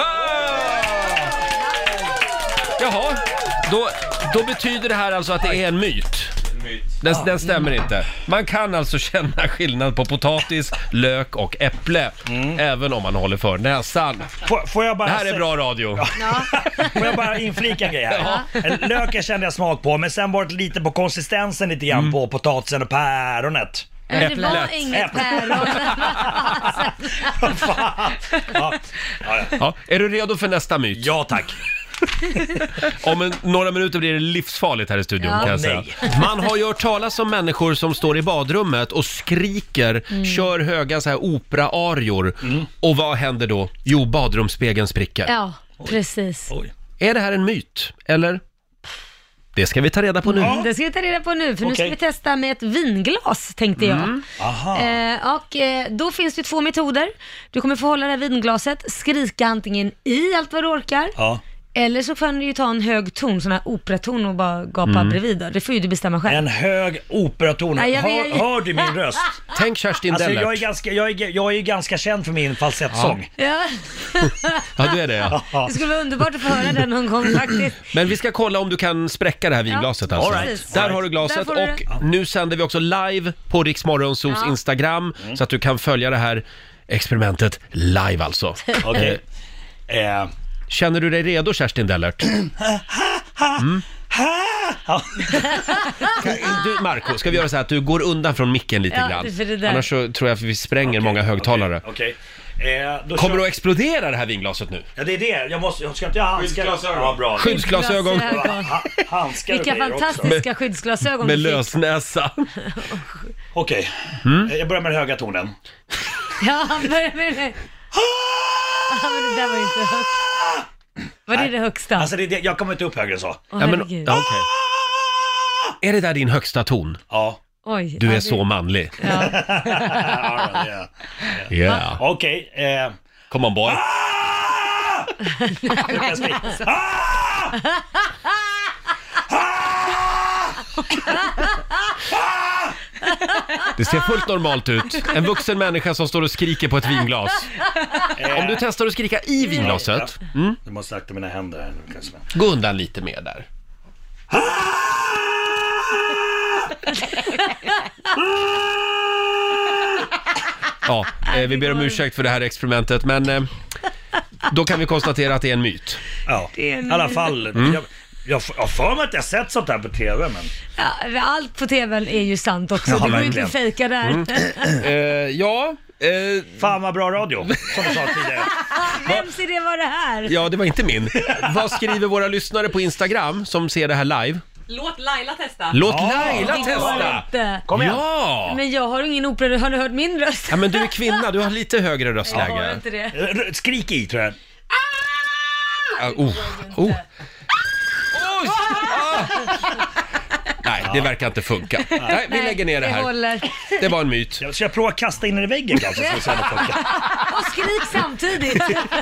Jaha, då, då betyder det här alltså att det är en myt. Den, den stämmer inte. Man kan alltså känna skillnad på potatis, lök och äpple, även om man håller för näsan. Får, får jag bara Det här är säga- bra radio. Får jag bara inflika en grej här? Löken kände jag smak på, men sen var det lite på konsistensen lite grann på potatisen och päronet. Men det var Äpplet. inget Äpplet. päron. Fan. Ja. Ja, ja. Ja, är du redo för nästa myt? ja tack. Om en, några minuter blir det livsfarligt här i studion, Ja. kan jag säga. Man har ju hört talas om människor som står i badrummet och skriker, kör höga så här opera-arior. Och vad händer då? Jo, badrumsspegeln spricker. Ja, precis. Oj. Är det här en myt, eller? Det ska vi ta reda på nu. Ja. Det ska vi ta reda på nu, för nu ska Okej. vi testa med ett vinglas, tänkte jag. Aha. Eh, och eh, då finns det två metoder. Du kommer få hålla det här vinglaset, skrika antingen i allt vad du orkar, Ja. eller så kan du ju ta en hög ton, sån här operaton och bara gapa bredvid då. Det får ju du bestämma själv. En hög operaton. Nej, jag Hör, vet. hör du min röst? Tänk Kerstin Alltså, jag, är Dellert. ganska, jag, är, jag är ganska känd för min falsettsång. Ja. Ja, du är det, ja. Det skulle vara underbart att få höra den någon gång faktiskt. Men vi ska kolla om du kan spräcka det här vinglaset alltså. All right. Precis. Där har du Där glaset får du och nu sänder vi också live på Rix Morgonzos Ja. Instagram så att du kan följa det här experimentet live alltså. Okej. Eh, Känner du dig redo, Kerstin Dellert? ja. Du, Marco, ska vi göra så här att du går undan från micken lite Ja, grann? för det där. Annars så tror jag att vi spränger många högtalare. Okej. Eh, då Kommer kör- du att explodera det här vinglaset nu? Ja, det är det. Jag, måste, jag ska inte ha handskar. Skyddsglasögon. Ja, bra. Skyddsglasögon Glasögon. Ha, handskar och Vilka grejer också. fantastiska skyddsglasögon med du fick. lösnäsa. Okej. Mm. Eh, Jag börjar med den höga tonen. Ja, han börjar med det. Ja, men det där var ju inte högt. Var det det högsta? Alltså, det, är det, jag kommer inte upp högre än så. Åh, Ja, men, herregud. ja, okej. Är det där din högsta ton? Ja. Oj, Du ja, är det- så manlig. Ja. Ja, det är- Yeah. Okej. Eh, Come on boy. jag ska skrika. Det ser fullt normalt ut. En vuxen människa som står och skriker på ett vinglas. Om du testar att skrika i vinglaset, mm, Du måste akta mina händer här nu kanske. gå undan lite mer där. Ja, eh, vi ber om ursäkt för det här experimentet, men eh, då kan vi konstatera att det är en myt. Ja, Det är en- i alla fall. Mm. Jag, jag har för mig att jag sett sånt här på tv, men... Ja, allt på tvn är ju sant också. Ja, det går ju inte verkligen. att fejka där. Mm. Eh, ja, eh, Fan vad bra radio, som du sa tidigare. Vems idé var det här? ja, det var inte min. Vad skriver våra lyssnare på Instagram som ser det här live? Låt Laila testa. Låt Ja, Laila Det går testa! inte. Kom igen. Ja! Men jag har ingen opera, har du hört min röst? Ja, men du är kvinna, du har lite högre Jag har röstläge. inte det. R- Skrik i, tror jag. Ah, oh, oh. Oj! Ah. Nej, det verkar inte funka. Nej, vi lägger ner det Det här. håller. Det var en myt. Jag ska prova att kasta in den i väggen kanske, så vi ser om det funkar. Och skrik samtidigt.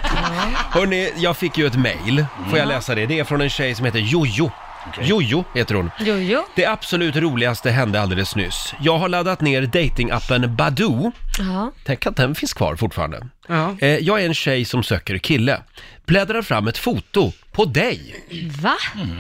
Hörrni, jag fick ju ett mejl. Får jag läsa det? Det är från en tjej som heter Jojo. Jojo heter hon. Jojo. Det absolut roligaste hände alldeles nyss. Jag har laddat ner datingappen Badoo. Ja. Tänk att den finns kvar fortfarande. Ja. Eh, jag är en tjej som söker kille. Bläddrar fram ett foto på dig. Va?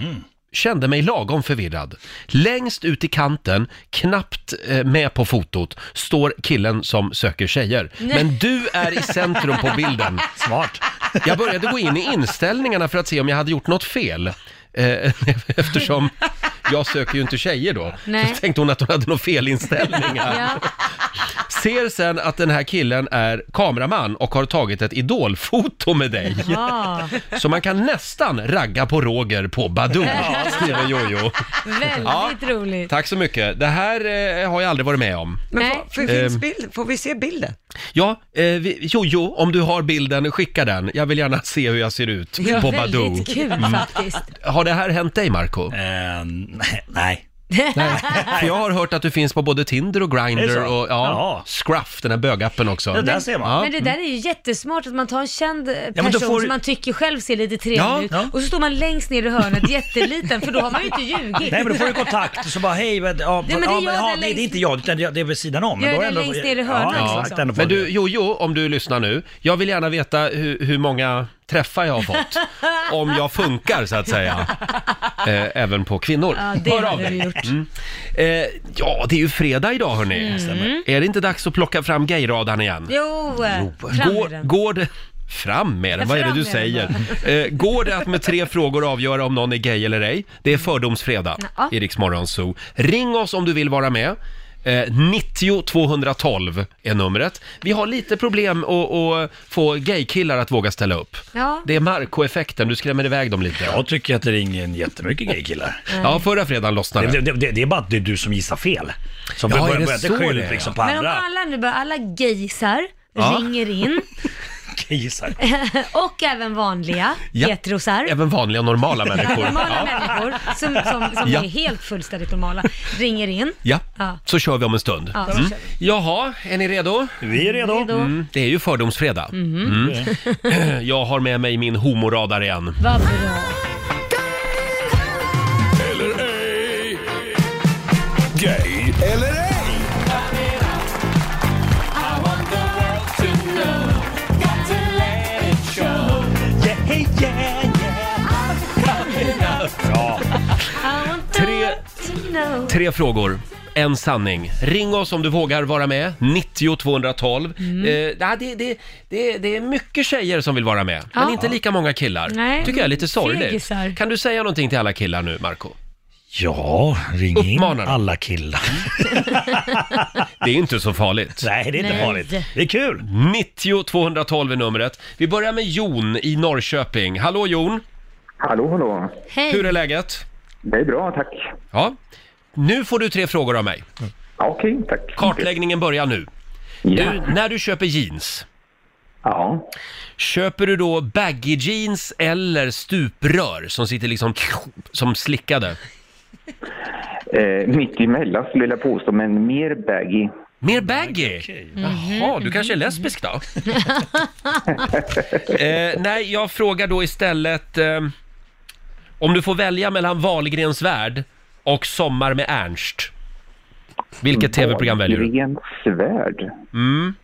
Kände mig lagom förvirrad. Längst ut i kanten, knappt eh, med på fotot, står killen som söker tjejer. Men du är i centrum på bilden. Smart. Jag började gå in i inställningarna för att se om jag hade gjort något fel. Eh, eftersom jag söker ju inte tjejer då. Nej. Så tänkte hon att hon hade några felinställningar. Ja. Ser sen att den här killen är kameraman och har tagit ett idolfoto med dig. Ja. Så man kan nästan ragga på Roger på Badoo, skriver Jojo. Väldigt Ja. roligt. Tack så mycket. Det här eh, har jag aldrig varit med om. Men Nej. får, för, finns Ehm. bild, får vi se bilden? Ja, eh, vi, Jojo, om du har bilden, skicka den. Jag vill gärna se hur jag ser ut Ja, på Badoo. väldigt kul faktiskt. Har det här hänt dig, Marco? Eh, nej. Nej, för jag har hört att du finns på både Tinder och Är det Grindr så? och ja, Jaha. Scruff, den här bögappen också. Det där ser man. Ja. Men det där är ju jättesmart att man tar en känd men då person får du- som man tycker själv ser lite trevlig Ja, ut ja. och så står man längst ner i hörnet jätteliten för då har man ju inte ljugit. Nej, men då får du kontakt och så bara hej, vad- ja, Nej, men det ja, gör ja, det nej, längst- det är inte jag, utan det är vid sidan om. Gör då det är ändå- längst ner i hörnet, Ja, exakt. liksom. ändå får Men du- du, Jojo, om du lyssnar nu, jag vill gärna veta hur, hur många träffar jag har fått. Om jag funkar, så att säga. Eh, även på kvinnor. Ja, det Hör av hade dig. du gjort. Mm. Eh, ja, det är ju fredag idag, hörni. Mm. Är det inte dags att plocka fram gayradarn igen? Jo, fram med Går, den. går det... Fram med den, vad är det Fram du med säger? den Eh, går det att med tre frågor avgöra om någon är gay eller ej? Det är fördomsfredag Ja. i Rix Morgon Zoo. Ring oss om du vill vara med. Eh, nittio tvåhundratolv är numret. Vi har lite problem att, att få gaykillar att våga ställa upp. Ja. Det är Marco-effekten, du skrämmer iväg dem lite. Jag tycker att det ringer en jättemycket gaykillar. Ja, förra fredagen lossnade Det, det. det, det, det är bara att det är du som gissar fel. Som Ja, är börjar det börjar så inte skylla det ut är? liksom på Men om andra alla nu bara, alla gaysar Ja. ringer in gaysar. och även vanliga Ja. heterosar. Även vanliga normala människor. Normala Ja. människor som, som, som Ja. är helt fullständigt normala ringer in. Ja, Ja. så kör vi om en stund. Ja, så Mm. kör Jaha, är ni redo? Vi är redo. Redo? Mm, det är ju fördomsfredag. Mm. Jag har med mig min homoradar igen. Vad bra. Eller ej. Gay eller ej. Yeah, hey, yeah, yeah. Bra. I want the Tre- world to know. Tre frågor, en sanning. Ring oss om du vågar vara med, nittio tvåhundratolv. Mm. Eh, ja, det, det, det, det är mycket tjejer som vill vara med, men Ja. inte lika många killar. Nej. Tycker jag är lite sorgligt. Fegisar. Kan du säga någonting till alla killar nu, Marco? Ja, ring in Uppmanar. alla killar. Det är inte så farligt. Nej, det är inte Nej. farligt. Det är kul. nittio tvåhundratolv är numret. Vi börjar med Jon i Norrköping. Hallå Jon, Hallå, hallå. Hej. hur är läget? Det är bra, tack. Ja. Nu får du tre frågor av mig. Ja, okej, tack. Kartläggningen börjar nu. Ja. Du, när du köper jeans, Ja. köper du då baggy jeans eller stuprör som sitter liksom som slickade? Eh, mitt emellan skulle jag påstå, men mer baggy. Mer baggy? Jaha, du kanske är lesbisk då? eh, nej, jag frågar då istället eh, om du får välja mellan Wahlgrens värld och Sommar med Ernst. Vilket tv-program väljer du? Wahlgrens värld. Mm.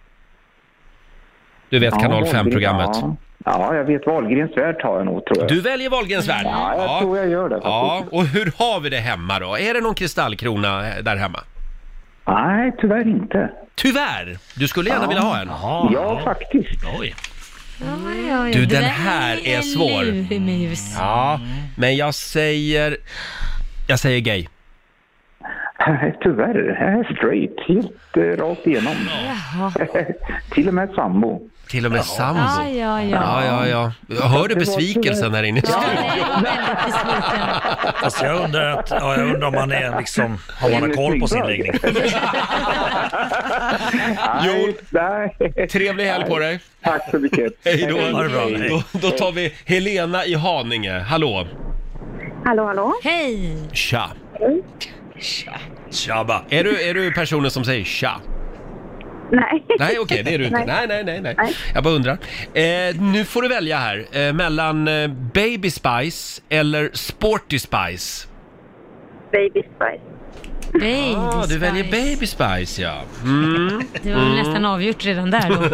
Du vet Ja, kanal Wahlgren- fem-programmet. Ja. ja, jag vet. Wahlgrens värld tar jag nog, tror jag. Du väljer Wahlgrens värld? Ja, jag tror jag gör det. Ja, faktiskt. och hur har vi det hemma då? Är det någon kristallkrona där hemma? Nej, tyvärr inte. Tyvärr? Du skulle gärna Ja. vilja ha en? Jaha. Ja, faktiskt. Oj. Oj, oj, Du, det den där här är svår. lurmus. Ja, men jag säger... Jag säger gay. Nej, tyvärr. Jag är straight. Helt eh, rakt igenom. Jaha. Till och med sambo. Till och med sambo. Ja, ja, ja. Ja, ja, ja. Jag hörde besvikelsen här inne i Ja, studion. nej, jag var väldigt besviken. Fast jag undrar, att, ja, jag undrar om man är liksom, har man har koll på sin läggning. Jo, Nej. trevlig helg på dig. Tack så mycket. Hej då. Ha det bra. Hej. Då, då tar vi Helena i Haninge. Hallå. Hallå, hallå. Hej! Tja. Tjabba. Är du, är du personen som säger tja? Nej. Nej, okej, det är du inte. Nej, nej, nej, nej. Jag bara undrar. Eh, nu får du välja här. Eh, mellan eh, Baby Spice eller Sporty Spice. Baby Spice. Baby Ah, du väljer Spice. Baby Spice, ja. Mm. Det var väl nästan avgjort redan där då.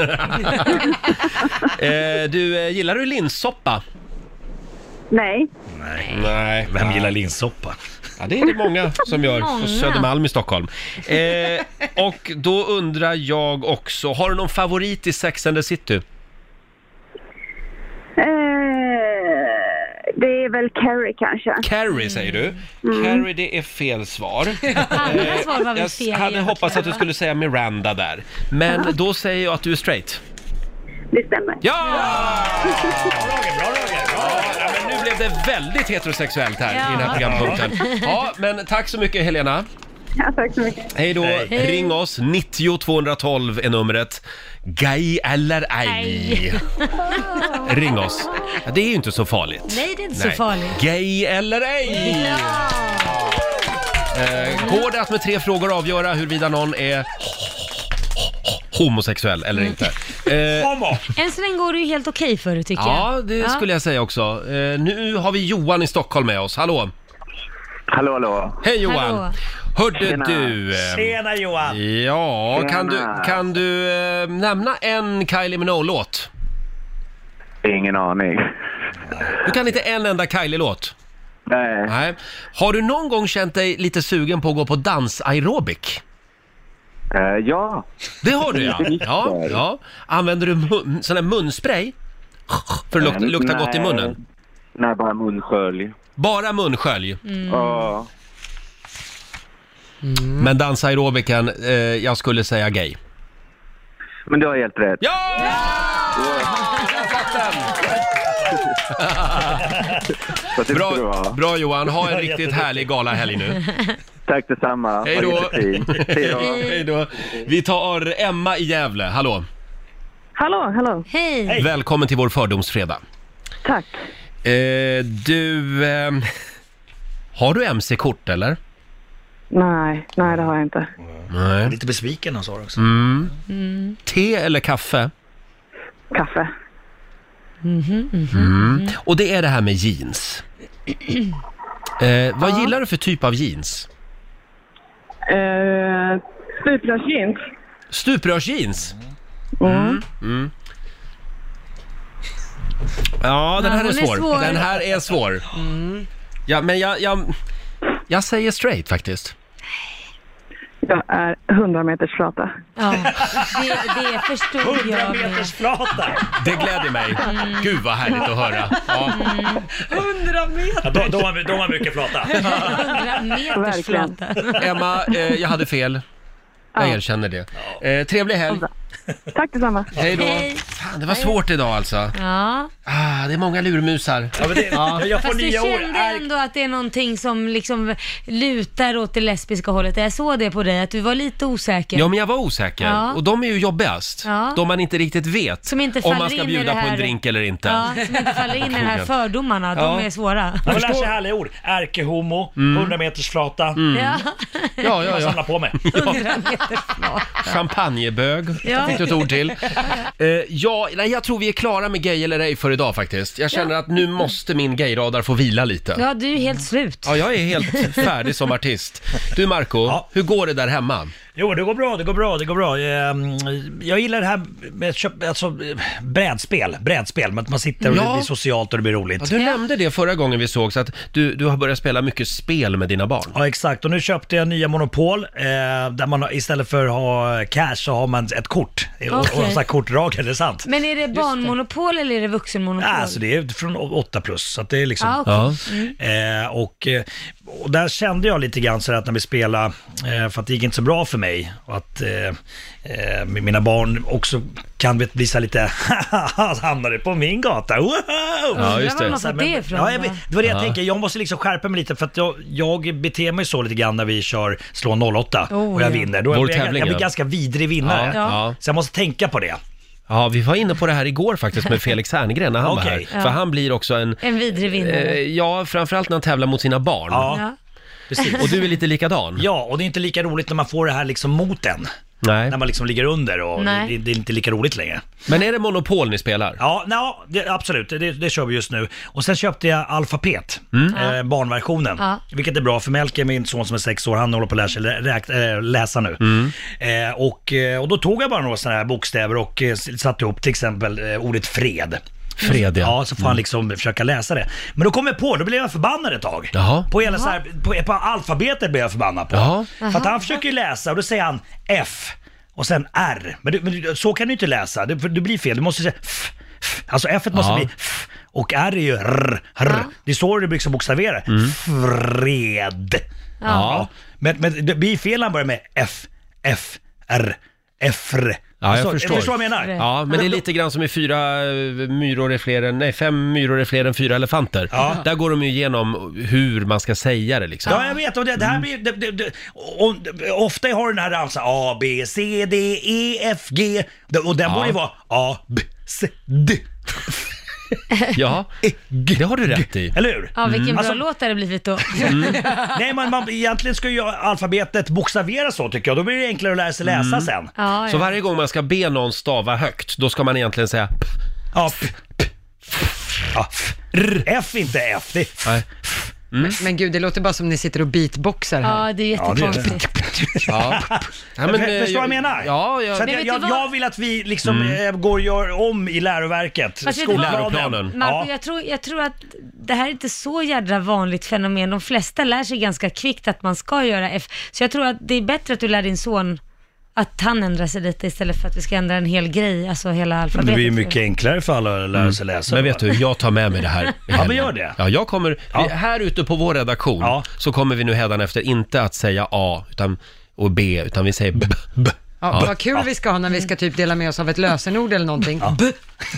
eh, du, eh, gillar du linssoppa? Nej. Nej. Nej. Vem gillar linssoppa? Ja, det är det många som gör på Många. Södermalm i Stockholm. Eh, och då undrar jag också, har du någon favorit i Sex and the City? Eh, det är väl Carrie kanske. Carrie säger du. Carrie, det är fel svar. Alla svar var väl Jag fel hade egentligen, hoppats att du va? skulle säga Miranda där. Men då säger jag att du är straight. Det stämmer. Ja! Bra Roger, bra Roger. Bra. Ja, men nu blev det väldigt heterosexuellt här Ja. i den här programpunkten. Ja, men tack så mycket Helena. Ja, tack så mycket. Hej då. Hej. Ring oss, nittio tvåhundratolv är numret. Gay eller ej. Nej. Ring oss. Ja, det är ju inte så farligt. Nej, det är inte så farligt. Gay eller ej. Eh, går det att med tre frågor avgöra huruvida någon är homosexuell eller inte? Eh, Homo. Än så länge går det ju helt okej för det tycker ja, jag. det skulle jag säga också. Eh, nu har vi Johan i Stockholm med oss. Hallå. Hallå, hallå. Hej Johan. Hallå. Hörde Tjena. du... eh, Tjena Johan. Ja, kan du, Tjena. kan du eh, nämna en Kylie Minogue-låt? Ingen aning. Du kan inte en enda Kylie-låt? Nej. Nej. Har du någon gång känt dig lite sugen på att gå på dans-aerobic? Eh, ja. Det har du ja. Ja, ja. Använder du mun, sån här munspray? För att lukta, lukta gott i munnen? Nej, bara munskölj. Bara munskölj. Ja. Men dans-aerobican, eh, jag skulle säga gay. Men du har helt rätt. Ja! Jag satt den! Vad tyckte du Bra, var? bra Johan, ha en Ja, riktigt jätteduktig. härlig galahelg nu. Tack detsamma. Hej Var då. jättefin. Hej då. Hej då. Vi tar Emma i Gävle, hallå. Hallå, hallå. Hej. Hej. Välkommen till vår fördomsfredag. Tack. Eh, du, eh, har du M C-kort eller? Nej, nej det har jag inte. Nej. Lite besviken han sa också. Mm. Te eller kaffe? Kaffe. Mm. Och det är det här med jeans. Eh, vad gillar du för typ av jeans? Eh, Stuprörsjeans. Stuprörsjeans? Mm. Mm. Ja, den Ja, här är hon är svår. svår. Den här är svår. Ja, men jag, jag, jag säger straight faktiskt. Jag är hundra meters flata. Ja, det, det förstod hundra jag med. meters flata. Det gläder mig. Gud vad härligt att höra. Ja. Hundra meter! Ja, de, de, har, de har mycket flata. hundra meters Verkligen. flata. Emma, eh, jag hade fel. Jag erkänner det. Eh, trevlig helg. Tack detsamma. Hej då. Hej. Fan, det var svårt idag alltså. Ja. Ah, det är många lurmusar. Ja, men det, jag får Fast du nya ord. kände Är- ändå att det är någonting som liksom lutar åt det lesbiska hållet. Jag såg det på dig, att du var lite osäker. Ja, men jag var osäker. Ja. Och de är ju jobbigast. Ja. De man inte riktigt vet Som inte om faller man ska in i bjuda det på en här- drink eller inte. Ja, som inte faller in i de här Krogen. fördomarna. De Ja. är svåra. Man lär sig härliga ord. Ärkehomo, hundra meters flata. Ja, Ja, ja, Jag samlar ja. på mig. hundra meter flata. Champagnebög. Ja. Fick du ett ord till. Eh, ja, nej, jag tror vi är klara med gay eller ej för idag faktiskt. Jag känner att nu måste min gayradar få vila lite. Ja, du är helt slut. Ja, jag är helt färdig som artist. Du Marco, Ja. hur går det där hemma? Jo, det går bra, det går bra, det går bra. Ehm, Jag gillar det här med köp, alltså, brädspel, brädspel, men att man sitter och Ja. det blir socialt och det blir roligt. Ja, du nämnde det förra gången vi såg, så att du, du har börjat spela mycket spel med dina barn. Ja, exakt. Och nu köpte jag nya Monopol, eh, där man har, istället för att ha cash så har man ett kort. Och, och Okej. så här kortdrag, är det sant? Men är det barnmonopol eller är det vuxenmonopol? Ja, alltså det är från åtta plus, så att det är liksom... Ah, okej. Ja. Eh, och, eh, och där kände jag lite grann så att när vi spelade, eh, för att det gick inte så bra för mig, och att eh, eh, mina barn också kan vet, bli så här lite hamnade på min gata, wow! Ja, just det. Undrar var man Så här, fått det men- ifrån, ja, jag, vet- va? det var det jag Ja. tänker, jag måste liksom skärpa mig lite för att jag, jag beter mig så lite grann när vi kör slå noll åtta Oh, och jag ja. vinner. Då Vår blir jag, tävling, jag blir ja. ganska vidrig vinnare. Ja, ja. Så jag måste tänka på det. Ja, vi var inne på det här igår faktiskt med Felix Herngren när han var Okej. här. För Ja. han blir också en... En vidrig vinnare. Eh, ja, framförallt när han tävlar mot sina barn. Ja, Ja. precis. Och du är lite likadan. Ja, och det är inte lika roligt när man får det här liksom mot en. Nej. När man liksom ligger under och Nej. det, det är inte lika roligt längre. Men är det Monopol ni spelar? Ja, no, det, absolut. Det, det kör vi just nu. Och sen köpte jag Alfapet, eh, barnversionen. Ja. Vilket är bra för Melke, min son som är sex år, han håller på att lära sig lä- räk, äh, läsa nu. Eh, och, eh, och då tog jag bara några sådana här bokstäver och eh, satte ihop till exempel eh, ordet fred. Fred, ja. Ja, så får han liksom försöka läsa det. Men då kom jag på, då blev jag förbannad ett tag. Jaha. På hela så här, på, på alfabetet blev jag förbannad på. Jaha. För att han försöker ju läsa och då säger han F och sen R. Men, du, men du, så kan du inte läsa, det, det blir fel. Du måste säga F. F. Alltså F måste Ja. bli F och R är ju R. R. Det är så du liksom bokstaverar. Fred. Ja. Men, men det blir fel när han börjar med F, F, R, F, R. Ja, jag Alltså, förstår. Förstår vad jag menar? Ja, men det är lite grann som i fyra eh, myror är fler än, nej, fem myror är fler än fyra elefanter. Ja. Där går de ju igenom hur man ska säga det liksom. Ja, jag vet. Och det, det här blir... Det, det, det, och, ofta har den här ramsan A, B, C, D, E, F, G. Och den Ja. borde ju vara A, B, C, D. Ja, det har du rätt i. Eller hur? Ja, vilken bra Alltså- låt det hade blivit då. Nej, man, man, egentligen ska ju alfabetet bokstaveras så tycker jag. Då blir det enklare att lära sig läsa sen. Ja, Så ja. varje gång man ska be någon stava högt, då ska man egentligen säga p. Ja, p, p, ja, f, R, F inte F. Det är f. Nej. Men gud, det låter bara som ni sitter och beatboxar här. Ja, det är Ja, det är det. jättekonstigt. Ja. Ja, Men, eh, förstår vad jag menar? Ja, ja. Så att Men jag, vet jag, du vad? jag vill att vi liksom eh, går och gör om i läroverket. Fast vet du vad? Läroplanen. Marco, Ja. jag, tror, jag tror att det här är inte så jädra vanligt fenomen. De flesta lär sig ganska kvickt att man ska göra F. Så jag tror att det är bättre att du lär din son att han ändrar sig lite istället för att vi ska ändra en hel grej, alltså hela alfabetet. Det blir ju mycket enklare för alla att lära sig läsa. Men vet du, jag tar med mig det här i Ja, helgen. men gör det. Ja, jag kommer, Ja. vi, här ute på vår redaktion Ja. så kommer vi nu hädanefter inte att säga A utan, och B, utan vi säger B. B. Ja, vad kul vi ska ha när vi ska typ dela med oss av ett lösenord eller någonting. B.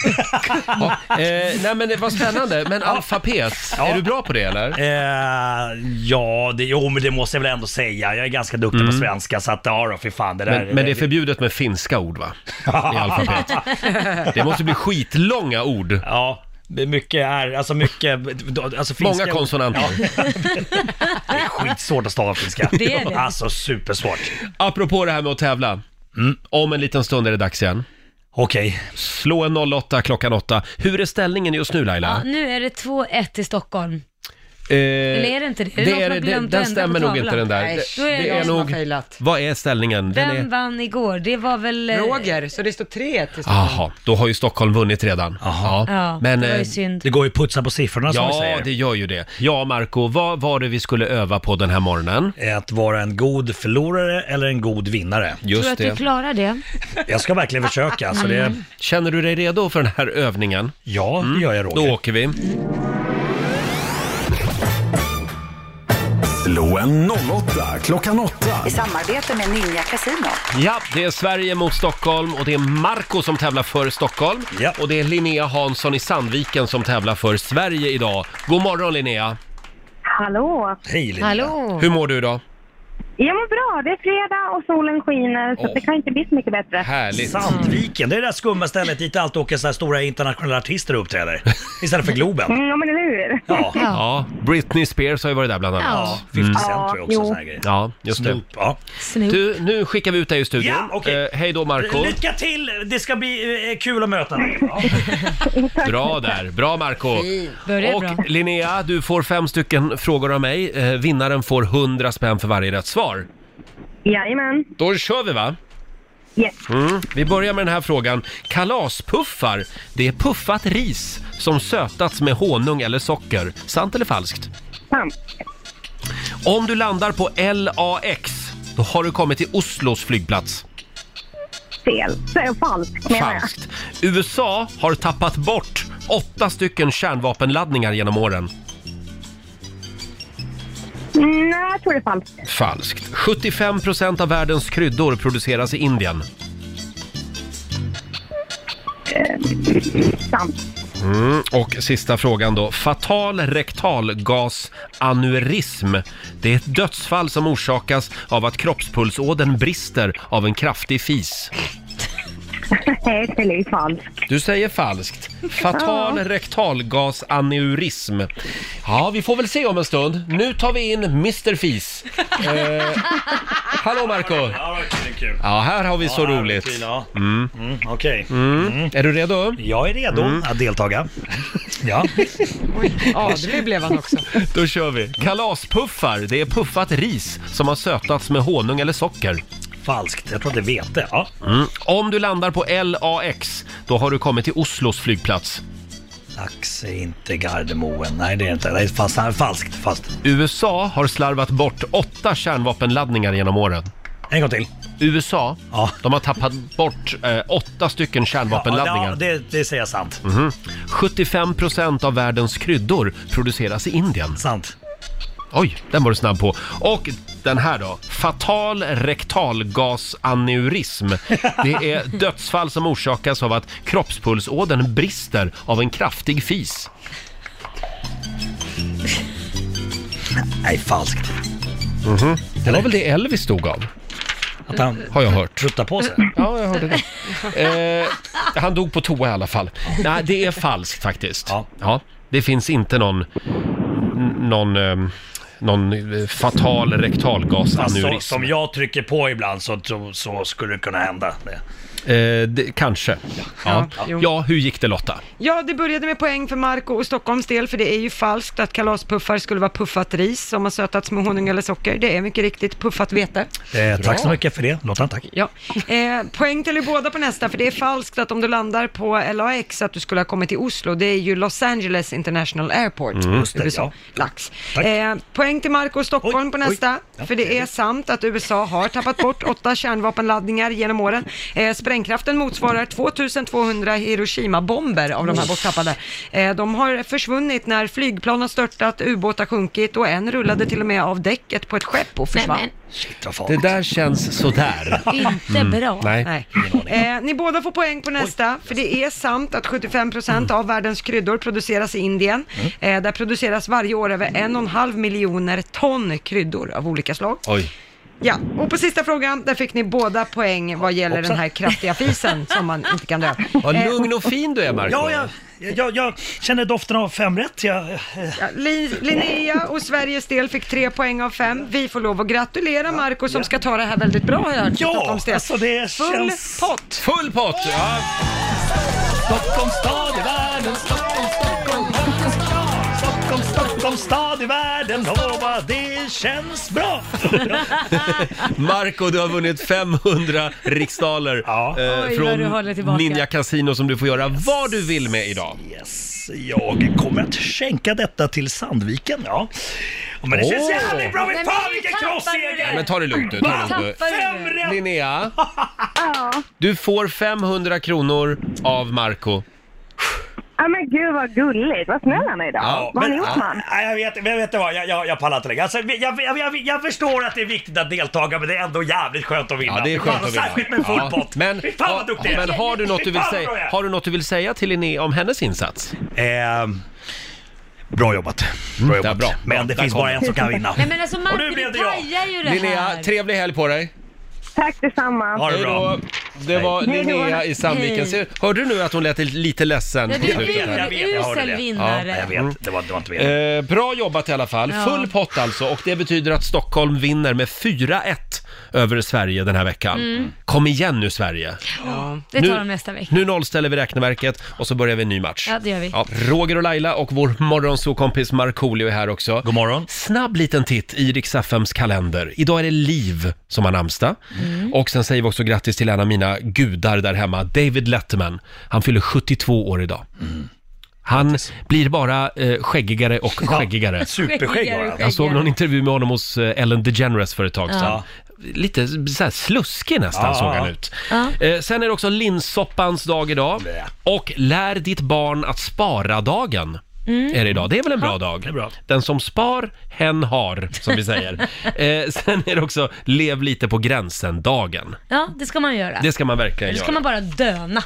Ja. Eh, nej men det var spännande, men alfabet, Ja. är du bra på det eller? Eh, ja, det, jo men det måste jag väl ändå säga. Jag är ganska duktig på svenska så att ja då, för fan det där. Men, men det är förbjudet med finska ord va? I alfabet. Det måste bli skitlånga ord. Ja, det är mycket är, alltså mycket, alltså finska. Många konsonanter. Ja. Det är skitsvårt att stava finska. Det är det. Alltså supersvårt. Apropå det här med att tävla. Om en liten stund är det dags igen. Okej. Slå en noll åtta klockan åtta. Hur är ställningen just nu Laila? Ja, nu är det två ett i Stockholm. Eh, Eller är det inte det? Är det det någon som är, har det, glömt den att ändra stämmer på nog inte tavlan? den där. Nej, Det, då är det det är jag som har nog... failat. Vad är ställningen? Den Vem är... vann igår? Det var väl... eh, Roger, så det står tre ett till Stockholm. Jaha, då har ju Stockholm vunnit redan. Jaha. Ja, Men, det var ju eh, synd. Det går ju putsa på siffrorna som vi Ja, säger. det gör ju det. Ja, Marco, vad var det vi skulle öva på den här morgonen? Att vara en god förlorare eller en god vinnare. Tror du Just att du det. klarar det? Jag ska verkligen försöka. Så det, Känner du dig redo för den här övningen? ja, det gör jag Då Roger. åker vi. Slå en noll åtta klockan åtta. I samarbete med Ninja Casino. Ja, det är Sverige mot Stockholm och det är Marco som tävlar för Stockholm. Ja. Och det är Linnea Hansson i Sandviken som tävlar för Sverige idag. God morgon Linnea! Hallå! Hej Linda. Hallå? Hur mår du idag? Jag mår bra. Det är fredag och solen skiner så Åh. det kan inte bli så mycket bättre. Härligt! Sandviken, det är det där skumma stället dit alltid åker så här stora internationella artister och uppträder. Istället för Globen. Mm, ja, men eller hur? Ja, Ja, Britney Spears har ju varit där bland annat. Ja. femtio Cent Ja, tror jag också. jo. Sån här grej. Ja, just det. Snoop, ja. Snoop. Du, nu skickar vi ut dig i studion. Ja, okej. Eh, hej då Marco. Lycka till! Det ska bli eh, kul att möta dig. Ja. Bra där, bra Marco. Börjar Och bra. Linnea, du får fem stycken frågor av mig. Eh, vinnaren får hundra spänn för varje rätt svar. Jajamän. Då kör vi, va? Yes. Mm. Vi börjar med den här frågan. Kalaspuffar, det är puffat ris som sötats med honung eller socker. Sant eller falskt? Sant. Om du landar på L A X, då har du kommit till Oslos flygplats. Fel. Det är falskt, menar jag. Falskt. U S A har tappat bort åtta stycken kärnvapenladdningar genom åren. Nej, jag tror det är falskt. Falskt. sjuttiofem procent av världens kryddor produceras i Indien. Eh, sant. Mm. Och sista frågan då. Fatal rektalgasaneurism. Det är ett dödsfall som orsakas av att kroppspulsådern brister av en kraftig fis. Nej, det är falskt. Du säger falskt. Fatal rektalgasaneurism. Ja, vi får väl se om en stund. Nu tar vi in mister Fis. Eh, hallå Marco. Ja, det är kul. Ja, här har vi så Ja, roligt. kul, ja. Mm. Mm, Okej. Mm. Mm. Är du redo? Jag är redo Mm. att deltaga. Ja. Ja, det blev han också. Då kör vi. Kalaspuffar, det är puffat ris som har sötats med honung eller socker. Falskt. Jag tror att det vet det. Ja. Mm. Om du landar på L A X, då har du kommit till Oslos flygplats. Lax är inte Gardermoen. Nej, det är inte. Det är fast, falskt. Fast. U S A har slarvat bort åtta kärnvapenladdningar genom åren. En gång till. U S A, ja. de har tappat bort eh, åtta stycken kärnvapenladdningar. Ja, det, det säger jag sant. Mhm. sjuttiofem procent av världens kryddor produceras i Indien. Sant. Oj, den var du snabb på. Och den här då. Fatal rektalgasaneurism. Det är dödsfall som orsakas av att kroppspulsådern brister av en kraftig fis. Nej, falskt. Mhm. Det var väl det Elvis stod av? Att han har jag hört. Truttar på sig. Ja, jag hörde det. Eh, han dog på toa i alla fall. Nej, det är falskt faktiskt. Ja. Ja, det finns inte någon någon eh, någon fatal rektalgasaneurism. Alltså, som jag trycker på ibland så, så, så skulle det kunna hända. Det. Eh, det, kanske. Ja. Ja, Ja. ja, hur gick det Lotta? Ja, det började med poäng för Marco och Stockholms del, för det är ju falskt att kalaspuffar skulle vara puffat ris som har sötats med honung eller socker. Det är mycket riktigt puffat vete. Eh, tack så mycket för det, Lotta, tack. Ja. Eh, poäng till er båda på nästa, för det är falskt att om du landar på L A X att du skulle ha kommit till Oslo. Det är ju Los Angeles International Airport. Mm. Just det, U S A. ja. Lax. Tack. Eh, poäng till Marco och Stockholm Oj, på nästa, oj. Ja. för det är sant att U S A har tappat bort åtta kärnvapenladdningar genom åren. Eh, sprängkraften motsvarar tvåtusentvåhundra Hiroshima-bomber av de här borttappade. Eh, de har försvunnit när flygplan har störtat, ubåtar sjunkit och en rullade till och med av däcket på ett skepp och försvann. Nej, Shit, vad farligt. Det där känns sådär. Inte bra. Nej. Nej. Eh, ni båda får poäng på nästa, för det är sant att sjuttiofem procent av världens kryddor produceras i Indien. Eh, där produceras varje år över en och en halv miljoner ton kryddor av olika slag. Oj. Ja, och på sista frågan, där fick ni båda poäng vad gäller Hoppsan. den här kraftiga fisen som man inte kan dö. Vad Eh, lugn och fin du är, Marco. Ja, jag, jag, jag känner doften av fem rätt. Jag, eh, Ja, Li- Linnea och Sveriges del fick tre poäng av fem. Vi får lov att gratulera Marco som ska ta det här väldigt bra, har jag hört. för Ja, Stockholms del. alltså det Full känns- pott! Full pott! Ja. Stockholms stad i världen, Stockholm, Stockholm, Stockholm, Stockholms stad i världen, åh vad det känns bra! Marco, du har vunnit femhundra riksdaler Ja. eh, Oj, vad du håller från tillbaka. Ninja Casino som du får göra vad du vill med idag. Yes, jag kommer att skänka detta till Sandviken, ja. Men det känns Åh. jävligt bra, vi Nej, tar men vilken tappar du krossseger! det? Men ta det lugnt nu, ta det lugnt nu. Fem rätt! Linnea, Ja. du får femhundra kronor av Marco. Ja, men gud vad gulligt. Vad snäll han är idag. Ja, vad har men- ni gjort ja, man? nej, jag vet, jag vet inte vad, jag, jag, jag pallar inte längre. Alltså, jag, jag, jag, jag förstår att det är viktigt att deltaga, men det är ändå jävligt skönt att vinna. Ja, det är skönt Fan, att vinna. Särskilt med full Ja, pott. Men, Fy fan vad ha, duktig jag är. men har, du något du Fy vill fan vad säga, bra jag är. har du något du vill säga till Linnea om hennes insats? Ehm, bra jobbat. Bra Mm, jobbat. det är bra. Men det Där finns kom bara det. en som kan vinna. Nej men alltså Och Marco, nu du blev det jag. pajar ju det Linnea, här. trevlig helg på dig. Tack detsamma. Ha det Hej bra. då. Det var Hej då. Linnea i Sandviken. Hej. Ser- Hörde du nu att hon lät lite ledsen? Ja, på du är slutet vet, där? jag vet, jag hörde urusel det. vinnare. Jag vet, det var, det var inte meningen. Eh, bra jobbat i alla fall. Ja. Full pott alltså, och det betyder att Stockholm vinner med fyra ett över Sverige den här veckan. Mm. Kom igen nu Sverige. Ja. Det tar de nästa vecka. Nu nollställer vi räkneverket och så börjar vi en ny match. Ja, det gör vi. Ja, Roger och Laila och vår morgonsåkompis Markoolio är här också. God morgon. Snabb liten titt i Rix F M:s kalender. Idag är det Liv som har namnsdag. Mm. Och sen säger vi också grattis till en av mina gudar där hemma, David Letterman. Han fyller sjuttiotvå år idag. Mm. Han blir bara eh, skäggigare och skäggigare. Ja, superskägg har han. Jag såg någon intervju med honom hos eh, Ellen DeGeneres för ett tag sedan. Ja. Lite så här sluskig nästan ja. såg han ut. Ja. Eh, sen är det också linssoppans dag idag. Blä. Och lär ditt barn att spara-dagen. Mm. Är det idag. Det är väl en bra ja, dag. Det är bra. Den som spar, hen har, som vi säger. eh, sen är det också lev lite på gränsen-dagen. Ja, det ska man göra. Det ska man verkligen Eller ska göra. man bara döna.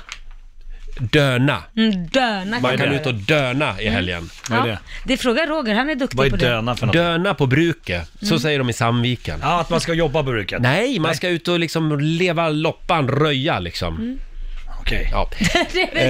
Döna. Mm, döna Man kan man ut och döna i helgen. Vad är Ja, det? det frågar Roger, han är duktig Vad är på det. döna för något? Döna på bruket, så säger de i Sandviken. Ja, att man ska jobba på bruket. Nej, man ska ut och liksom leva loppan, röja liksom. Mm. Okej. Ja. eh,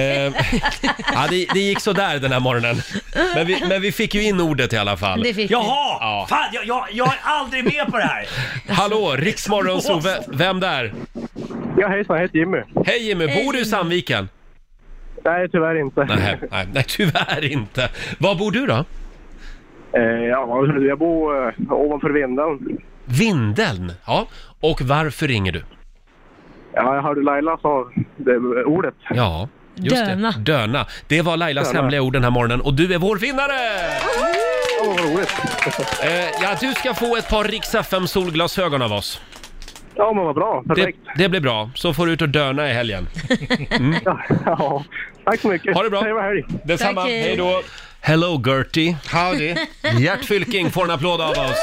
ja, det, det gick så där den här morgonen. Men vi, men vi fick ju in ordet i alla fall. Det fick vi. Jaha! Ja. Fan, jag, jag, jag är aldrig med på det här. Hallå, Riksmorgon, så v- vem där? Ja, hejsan, jag heter Jimmy. Hej Jimmy, Hej, bor du i Jimmy. Sandviken? Nej, tyvärr inte. Nej, nej, nej, tyvärr inte. Var bor du då? Eh, ja, jag bor eh, ovanför Vindeln. Vindeln, ja. Och varför ringer du? Ja, jag hörde Laila sa det ordet. Ja, just Döna. det. Döna. Det var Lailas Döna. hemliga ord den här morgonen och du är vår vinnare! Ja, vad roligt. Eh, ja, du ska få ett par Rix F M solglasögon av oss. Ja, men vad bra. Det, Perfekt. det blir bra. Så får du ut och döna i helgen. Mm. Ja, ja, tack så mycket. Ha det bra. Trevlig helg. Detsamma. Tack, hej. Hej då. Hello Gertie. Howdy. Gert Fylking får en applåd av oss.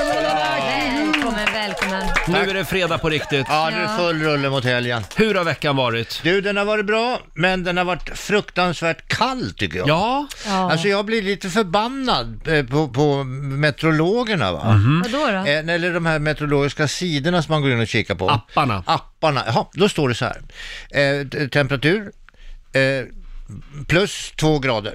Välkommen, välkommen. Nu är det fredag på riktigt. Ja, det är full rulle mot helgen. Hur har veckan varit? Du, den har varit bra, men den har varit fruktansvärt kall tycker jag. Ja. Ja. Alltså jag blir lite förbannad eh, på, på meteorologerna va? Mhm. Vadå då? Eh, eller de här meteorologiska sidorna som man går in och kikar på. Apparna. Apparna, jaha, då står det så här. Eh, t- temperatur, eh, plus två grader.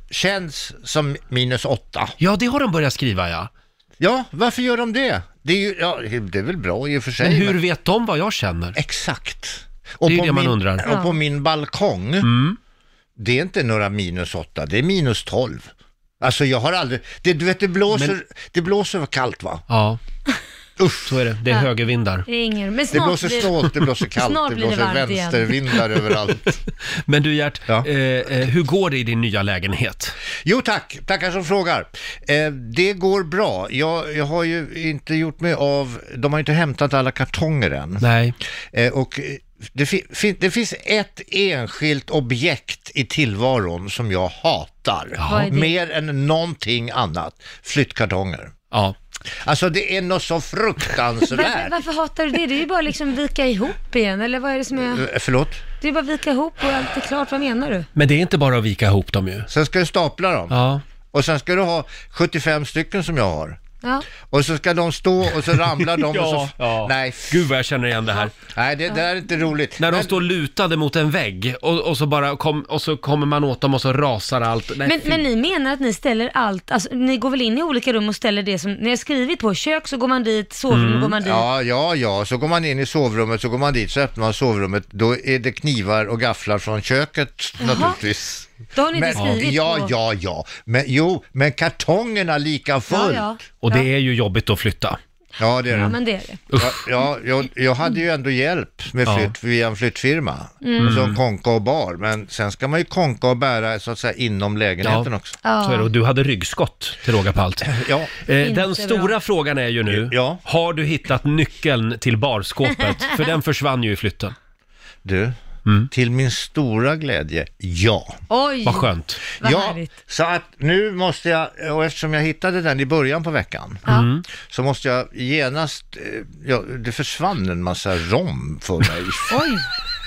Känns som minus åtta. Ja, det har de börjat skriva, ja. Ja, varför gör de det? Det är ju, ja, det är väl bra i och för sig. Men hur vet de vad jag känner? Exakt. Och Det är ju på det man min, undrar. Och på min balkong, Mm. det är inte några minus åtta, det är minus tolv. Alltså jag har aldrig, det, du vet det blåser, Men- det blåser kallt va? Ja, Usch. så är det. Det är Ja. högervindar. Det är ingen, men Det snart blåser blir snålt, det blåser kallt, Snart det blir det blåser varmt igen. vänstervindar överallt. Men du Gert, Ja. eh, eh, hur går det i din nya lägenhet? Jo tack, tackar som frågar. Eh, det går bra. Jag, jag har ju inte gjort mig av, de har inte hämtat alla kartonger än. Nej. Eh, och eh, det, fi, fin, det finns ett enskilt objekt i tillvaron som jag hatar. Vad är det? Mer än någonting annat. Flyttkartonger. Ja. Alltså det är något så Varför, fruktansvärt. varför hatar du det? Det är ju bara liksom vika ihop igen, eller vad är det som är... Eh, Förlåt? Det är bara vika ihop och allt är klart, vad menar du? Men det är inte bara att vika ihop dem ju. Sen ska du stapla dem. Ja. Och sen ska du ha sjuttiofem stycken som jag har. Ja. Och så ska de stå och så ramlar de och så... ja. Nej, Gud vad jag känner igen det här. nej det, det är inte roligt. När de Men- står lutade mot en vägg och, och, så bara kom, och så kommer man åt dem och så rasar allt. Nej, Men, fy. men ni menar att ni ställer allt, alltså ni går väl in i olika rum och ställer det som ni har skrivit på, kök så går man dit, sovrum Mm. går man dit. Ja, ja, ja. Så går man in i sovrummet, så går man dit, så öppnar man sovrummet. Då är det knivar och gafflar från köket naturligtvis. Då har ni inte Men, skrivit ja, på... ja, ja. Men, jo, men kartongerna lika fullt. Ja, Ja, ja. Och det ja. är ju jobbigt att flytta. det är det. Ja, men det är det. Ja, ja, jag, jag hade ju ändå hjälp med Ja. flytt via en flyttfirma. Mm. Som konka och bar. Men sen ska man ju konka och bära så att säga inom lägenheten Ja. också. Ja. Så är det. Och du hade ryggskott till råga på allt. Ja. Eh, den Inte stora bra. frågan är ju nu, Ja. har du hittat nyckeln till barskåpet? För den försvann ju i flytten. Du, Mm. till min stora glädje, ja. Oj, Vad skönt. vad ja, härligt. så att nu måste jag, och eftersom jag hittade den i början på veckan, Mm. så måste jag genast, eh, ja, det försvann en massa rom för mig. Oj,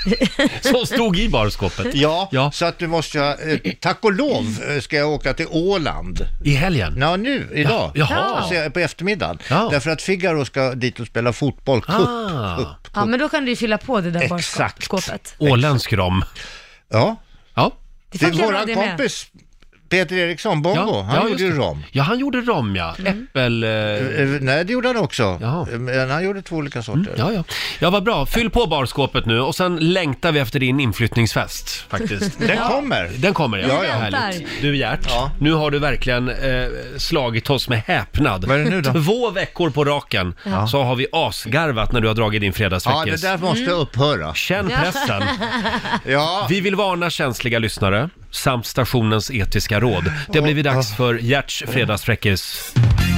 Som stod i barskåpet. Ja, Ja. så att nu måste jag, eh, tack och lov eh, ska jag åka till Åland. I helgen? Ja, nu, idag. Ja, jaha. Alltså, jag- på eftermiddagen. Ja. Därför att Figaro ska dit och spela fotboll. Cup, Ah. cup, ja men då kan du ju fylla på det där Exakt. barskåpet. Åländsk rom. Ja, Det det får är jag våran det med. kompis Peter Eriksson, Bongo, Ja, han ja, gjorde just ju det. rom. Ja, han gjorde rom, ja. Äppel... Eh... Eh, Nej, det gjorde han också. Jaha. Men han gjorde två olika sorter. Ja, ja. Ja, vad bra. Fyll på barskåpet nu och sen längtar vi efter din inflyttningsfest, faktiskt. Den kommer. Den kommer, ja. Ja, ja. Härligt. Du, Gert, Ja. nu har du verkligen eh, slagit oss med häpnad. Vad är det nu då? Två veckor på raken Ja. så har vi asgarvat när du har dragit din Ja, fredagsveckis. det där måste Mm. upphöra. Känn pressen. Ja. Vi vill varna känsliga lyssnare samt stationens etiska råd. Det har blivit dags för Gerts fredagsfräckis.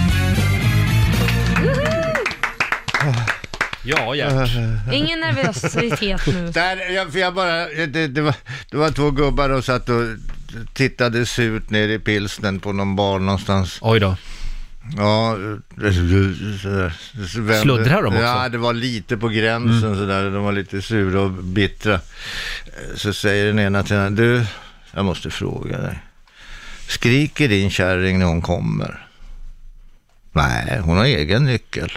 Ja, Gert. Ingen nervositet nu. Där, jag, för jag bara, det, det, var, det var två gubbar och satt och tittade surt ner i pilsnen på någon bar någonstans. Oj då. Ja, Sluddrar de också? Ja, det var lite på gränsen mm. sådär. De var lite sura och bittra. Så säger den ena till den, du, jag måste fråga dig. Skriker din kärring när hon kommer? Nej, hon har egen nyckel.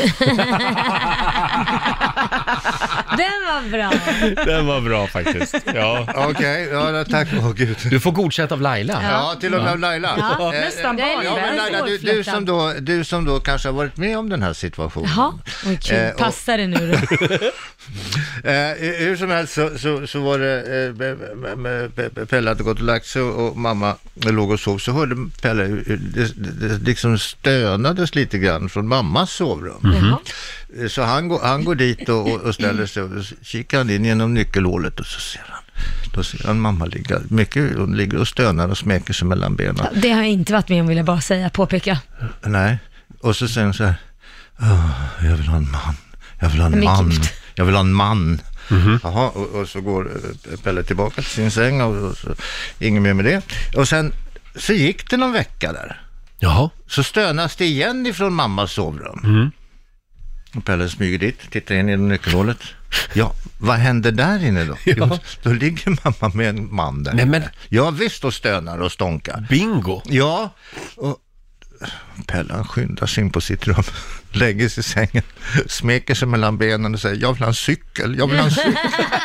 Den var bra. Den var bra faktiskt. Ja. Okej, okay, ja, tack. Åh, Gud. Du får godkänt av Laila. Ja, ja till och med av Laila. Ja, eh, nästan jag är barn. Ja, men Laila, du, du, som då, du som då kanske har varit med om den här situationen. Jaha, oj kul. Eh, och- Passa det nu då. Eh, hur som helst så, så, så var det eh, be- be- be- be- Pelle hade gått och lagt sig och, och mamma låg och sov, så hörde Pelle hur det, det, det liksom stönades lite grann från mammas sovrum. Jaha. Eh, Så han, går- han går dit och, och- och ställer sig och så kikar han in genom nyckelhålet och så ser han då ser han mamma ligga mycket, hon ligger och stönar och smeker sig mellan benen. Det har jag inte varit med om, vill jag bara säga, påpeka. Nej, och så säger hon så här, "Åh, jag vill ha en man, jag vill ha en Men man, gud. jag vill ha en man." Mm-hmm. Jaha, och, och så går eh, Pelle tillbaka till sin säng och, och så, inget mer med det. Och sen så gick det någon vecka där. Jaha. Så stönas det igen ifrån mammas sovrum. Mm. Och Pelle smyger dit, tittar in i nyckelhålet. Ja, vad händer där inne då? Ja. Jo, då ligger mamma med en man där. Nej, men- Ja, visst, och stönar och stånkar. Bingo. Ja, och Pelle han skyndar sig in på sitt rum, lägger sig i sängen, smeker sig mellan benen och säger, jag vill ha en cykel, jag vill ha en cykel.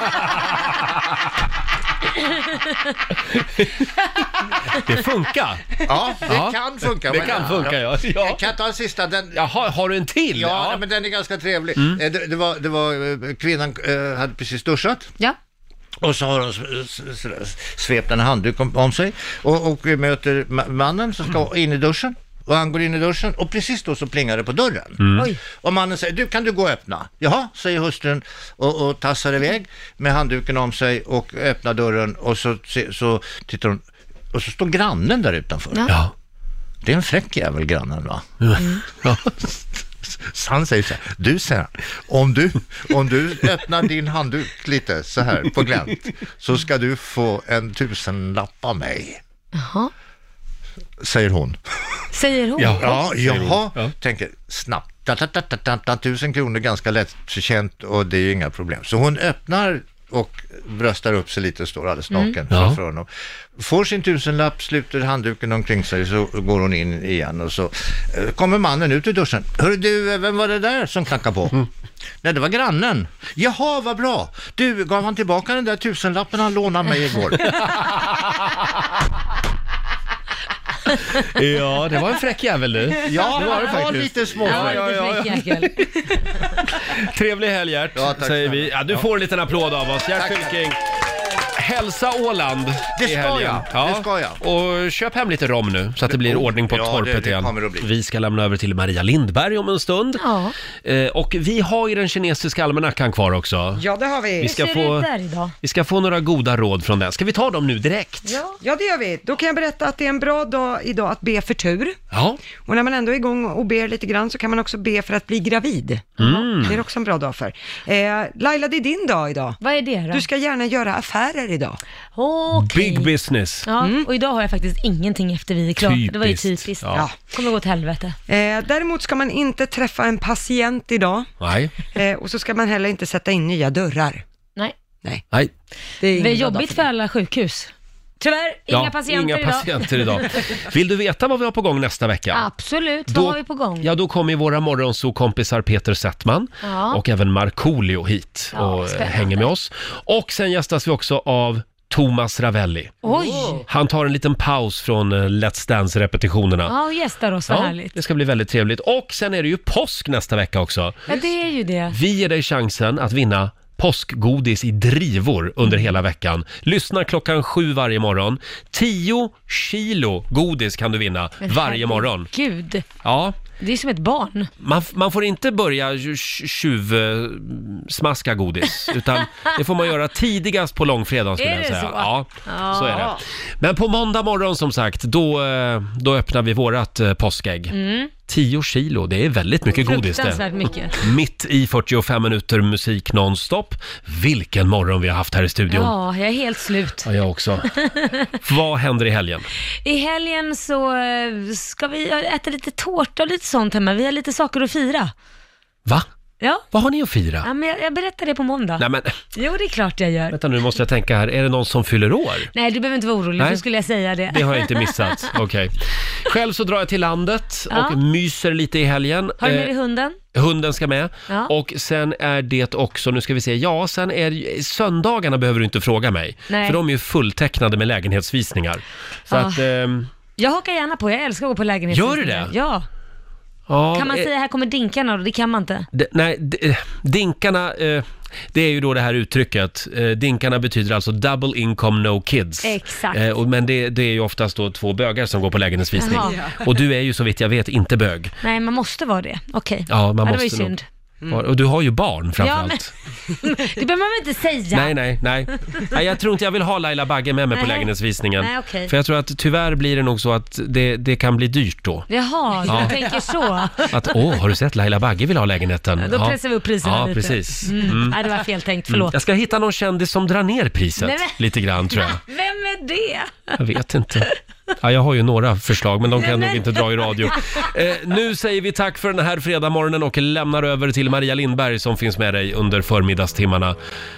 Det funkar. Ja, det Ja. kan funka. Det men- kan funka, ja. Ja. Jag kan ta en sista, den... Jaha, har du en till? Ja, nej, men den är ganska trevlig. Mm. Eh, Det, det, var, det var, eh, kvinnan eh, hade precis duschat. Ja. Och så har hon s- s- s- svept en handduk om, om sig och, och möter ma- mannen som ska in i duschen. Och han går in i duschen och precis då så plingar det på dörren. Mm. Oj. Och mannen säger, du kan du gå och öppna? Jaha, säger hustrun och, och tassar iväg med handduken om sig och öppnar dörren och så, se- så tittar hon och så står grannen där utanför. Ja. Ja. Det är en fräck jävel, grannen, va? Ja. Så han säger så här, du säger han, om du, om du öppnar din handduk lite så här på glänt så ska du få en tusenlapp av mig, Jaha. säger hon. Säger hon? Ja. Ja, säger hon. jaha, Ja. tänker snabbt, ta, ta, ta, ta, ta, ta, tusen kronor ganska lättförtjänt och det är ju inga problem. Så hon öppnar och bröstar upp sig lite och står alldeles naken Ja. framför honom. Får sin tusenlapp, sluter handduken omkring sig, så går hon in igen och så eh, kommer mannen ut ur duschen. Hörru du, vem var det där som knackade på? Mm. Nej, det var grannen. Jaha, vad bra. Du, gav han tillbaka den där tusenlappen han lånade mig igår? Ja, det var en fräck jävel du. Ja, det var det faktiskt. lite småfräck. Ja, ja, ja, ja. Trevlig helg, Gert, Ja, tack säger snälla. vi. Ja, du får en liten applåd av oss. Gert Tack. Fylking. Hälsa Åland Det i ska helgen. jag, det ska jag. Och köp hem lite rom nu så att det blir Oh, ordning på ja, torpet det- det igen. kommer att bli. Vi ska lämna över till Maria Lindberg om en stund. Ja. Eh, och vi har ju den kinesiska almanackan kvar också. Ja, det har vi. Vi Hur ska ser få- det ut där idag? Vi ska få några goda råd från den. Ska vi ta dem nu direkt? Ja. Ja, det gör vi. Då kan jag berätta att det är en bra dag idag att be för tur. Ja. Och när man ändå är igång och ber lite grann så kan man också be för att bli gravid. Mm. Det är också en bra dag för. Eh, Laila, det är din dag idag. Vad är det då? Du ska gärna göra affärer idag. Okej. Big business. Ja, och idag har jag faktiskt ingenting efter vi är klara. Det var ju Typiskt. typiskt. Ja. Ja. Kommer gå till helvete. Eh, däremot ska man inte träffa en patient idag. Nej. Eh, och så ska man heller inte sätta in nya dörrar. Nej. Nej, Nej. det är Det är ingen bra dag jobbigt för för dig. alla sjukhus. Tyvärr, inga Ja, patienter inga idag. patienter idag. Vill du veta vad vi har på gång nästa vecka? Absolut, Då- vad har vi på gång? Ja, då kommer ju våra morgonsokompisar Peter Settman Ja. och även Markoolio hit Ja, och eh, spännande. hänger med oss. Och sen gästas vi också av Thomas Ravelli. Oj! Han tar en liten paus från uh, Let's Dance-repetitionerna. Ja, och gästar oss, vad Ja, härligt. det ska bli väldigt trevligt. Och sen är det ju påsk nästa vecka också. Ja, det är ju det. Vi ger dig chansen att vinna påskgodis i drivor under hela veckan. Lyssna klockan sju varje morgon. Tio kilo godis kan du vinna Men varje morgon. Gud, Ja, det är som ett barn. man, man får inte börja tjuvsmaska godis, utan det får man göra tidigast på långfredagen skulle Är jag det säga. så? Ja, Ja. så är det. Men på måndag morgon som sagt, då, eh, då öppnar vi vårat eh, påskägg. Mm. tio kilo, det är väldigt mycket godis det. Fruktansvärt mycket. Mitt i fyrtiofem minuter musik nonstop. Vilken morgon vi har haft här i studion. Ja, jag är helt slut. Ja, jag också. Vad händer i helgen? I helgen så eh, ska vi äta lite tårta och lite sånt hemma. Vi har lite saker att fira. Va? Ja. Vad har ni att fira? Ja, men jag, jag berättar det på måndag. Nej, men, Jo, det är klart jag gör. vänta nu måste jag tänka här. Är det någon som fyller år? Nej, du behöver inte vara orolig, Nej. för skulle jag säga det. Det har jag inte missat. Okej. Själv så drar jag till landet och Ja. myser lite i helgen. Har du med Eh, dig hunden? Hunden ska med. Ja. Och sen är det också, nu ska vi se, ja sen är söndagarna behöver du inte fråga mig. Nej. För de är ju fulltecknade med lägenhetsvisningar. Så Ah. att, ehm, Jag hakar gärna på, jag älskar att gå på lägenhetsvisningar. Gör du det? Ja. ja, Kan man eh, säga här kommer dinkarna då? Det kan man inte. d- nej, d- eh, dinkarna, eh, det är ju då det här uttrycket. Eh, dinkarna betyder alltså double income no kids. Exakt. Eh, och, men det, det är ju oftast då två bögar som går på lägenhetsvisning. Jaha. Och du är ju så vitt jag vet inte bög. Nej, man måste vara det. Okej. Ja, man det var måste ju synd. nog. Och du har ju barn framförallt. Det behöver man väl inte säga? Nej, nej, nej. Nej, jag tror inte jag vill ha Laila Bagge med mig på Nej. lägenhetsvisningen. Nej, okej. För jag tror att tyvärr blir det nog så att det, det kan bli dyrt då. Jaha, Ja. jag tänker så. Att, åh, har du sett Laila Bagge vill ha lägenheten? Då pressar vi upp priserna ja, lite. precis. Mm. Mm. Nej, det var fel tänkt, Mm. förlåt. Jag ska hitta någon kändis som drar ner priset Nej, men- lite grann tror jag. Vem är det? Jag vet inte. Ja, jag har ju några förslag, men de kan jag Nej, nog men- inte dra i radio. Eh, nu säger vi tack för den här fredagmorgonen och lämnar över till Maria Lindberg som finns med dig under förmiddagstimmarna.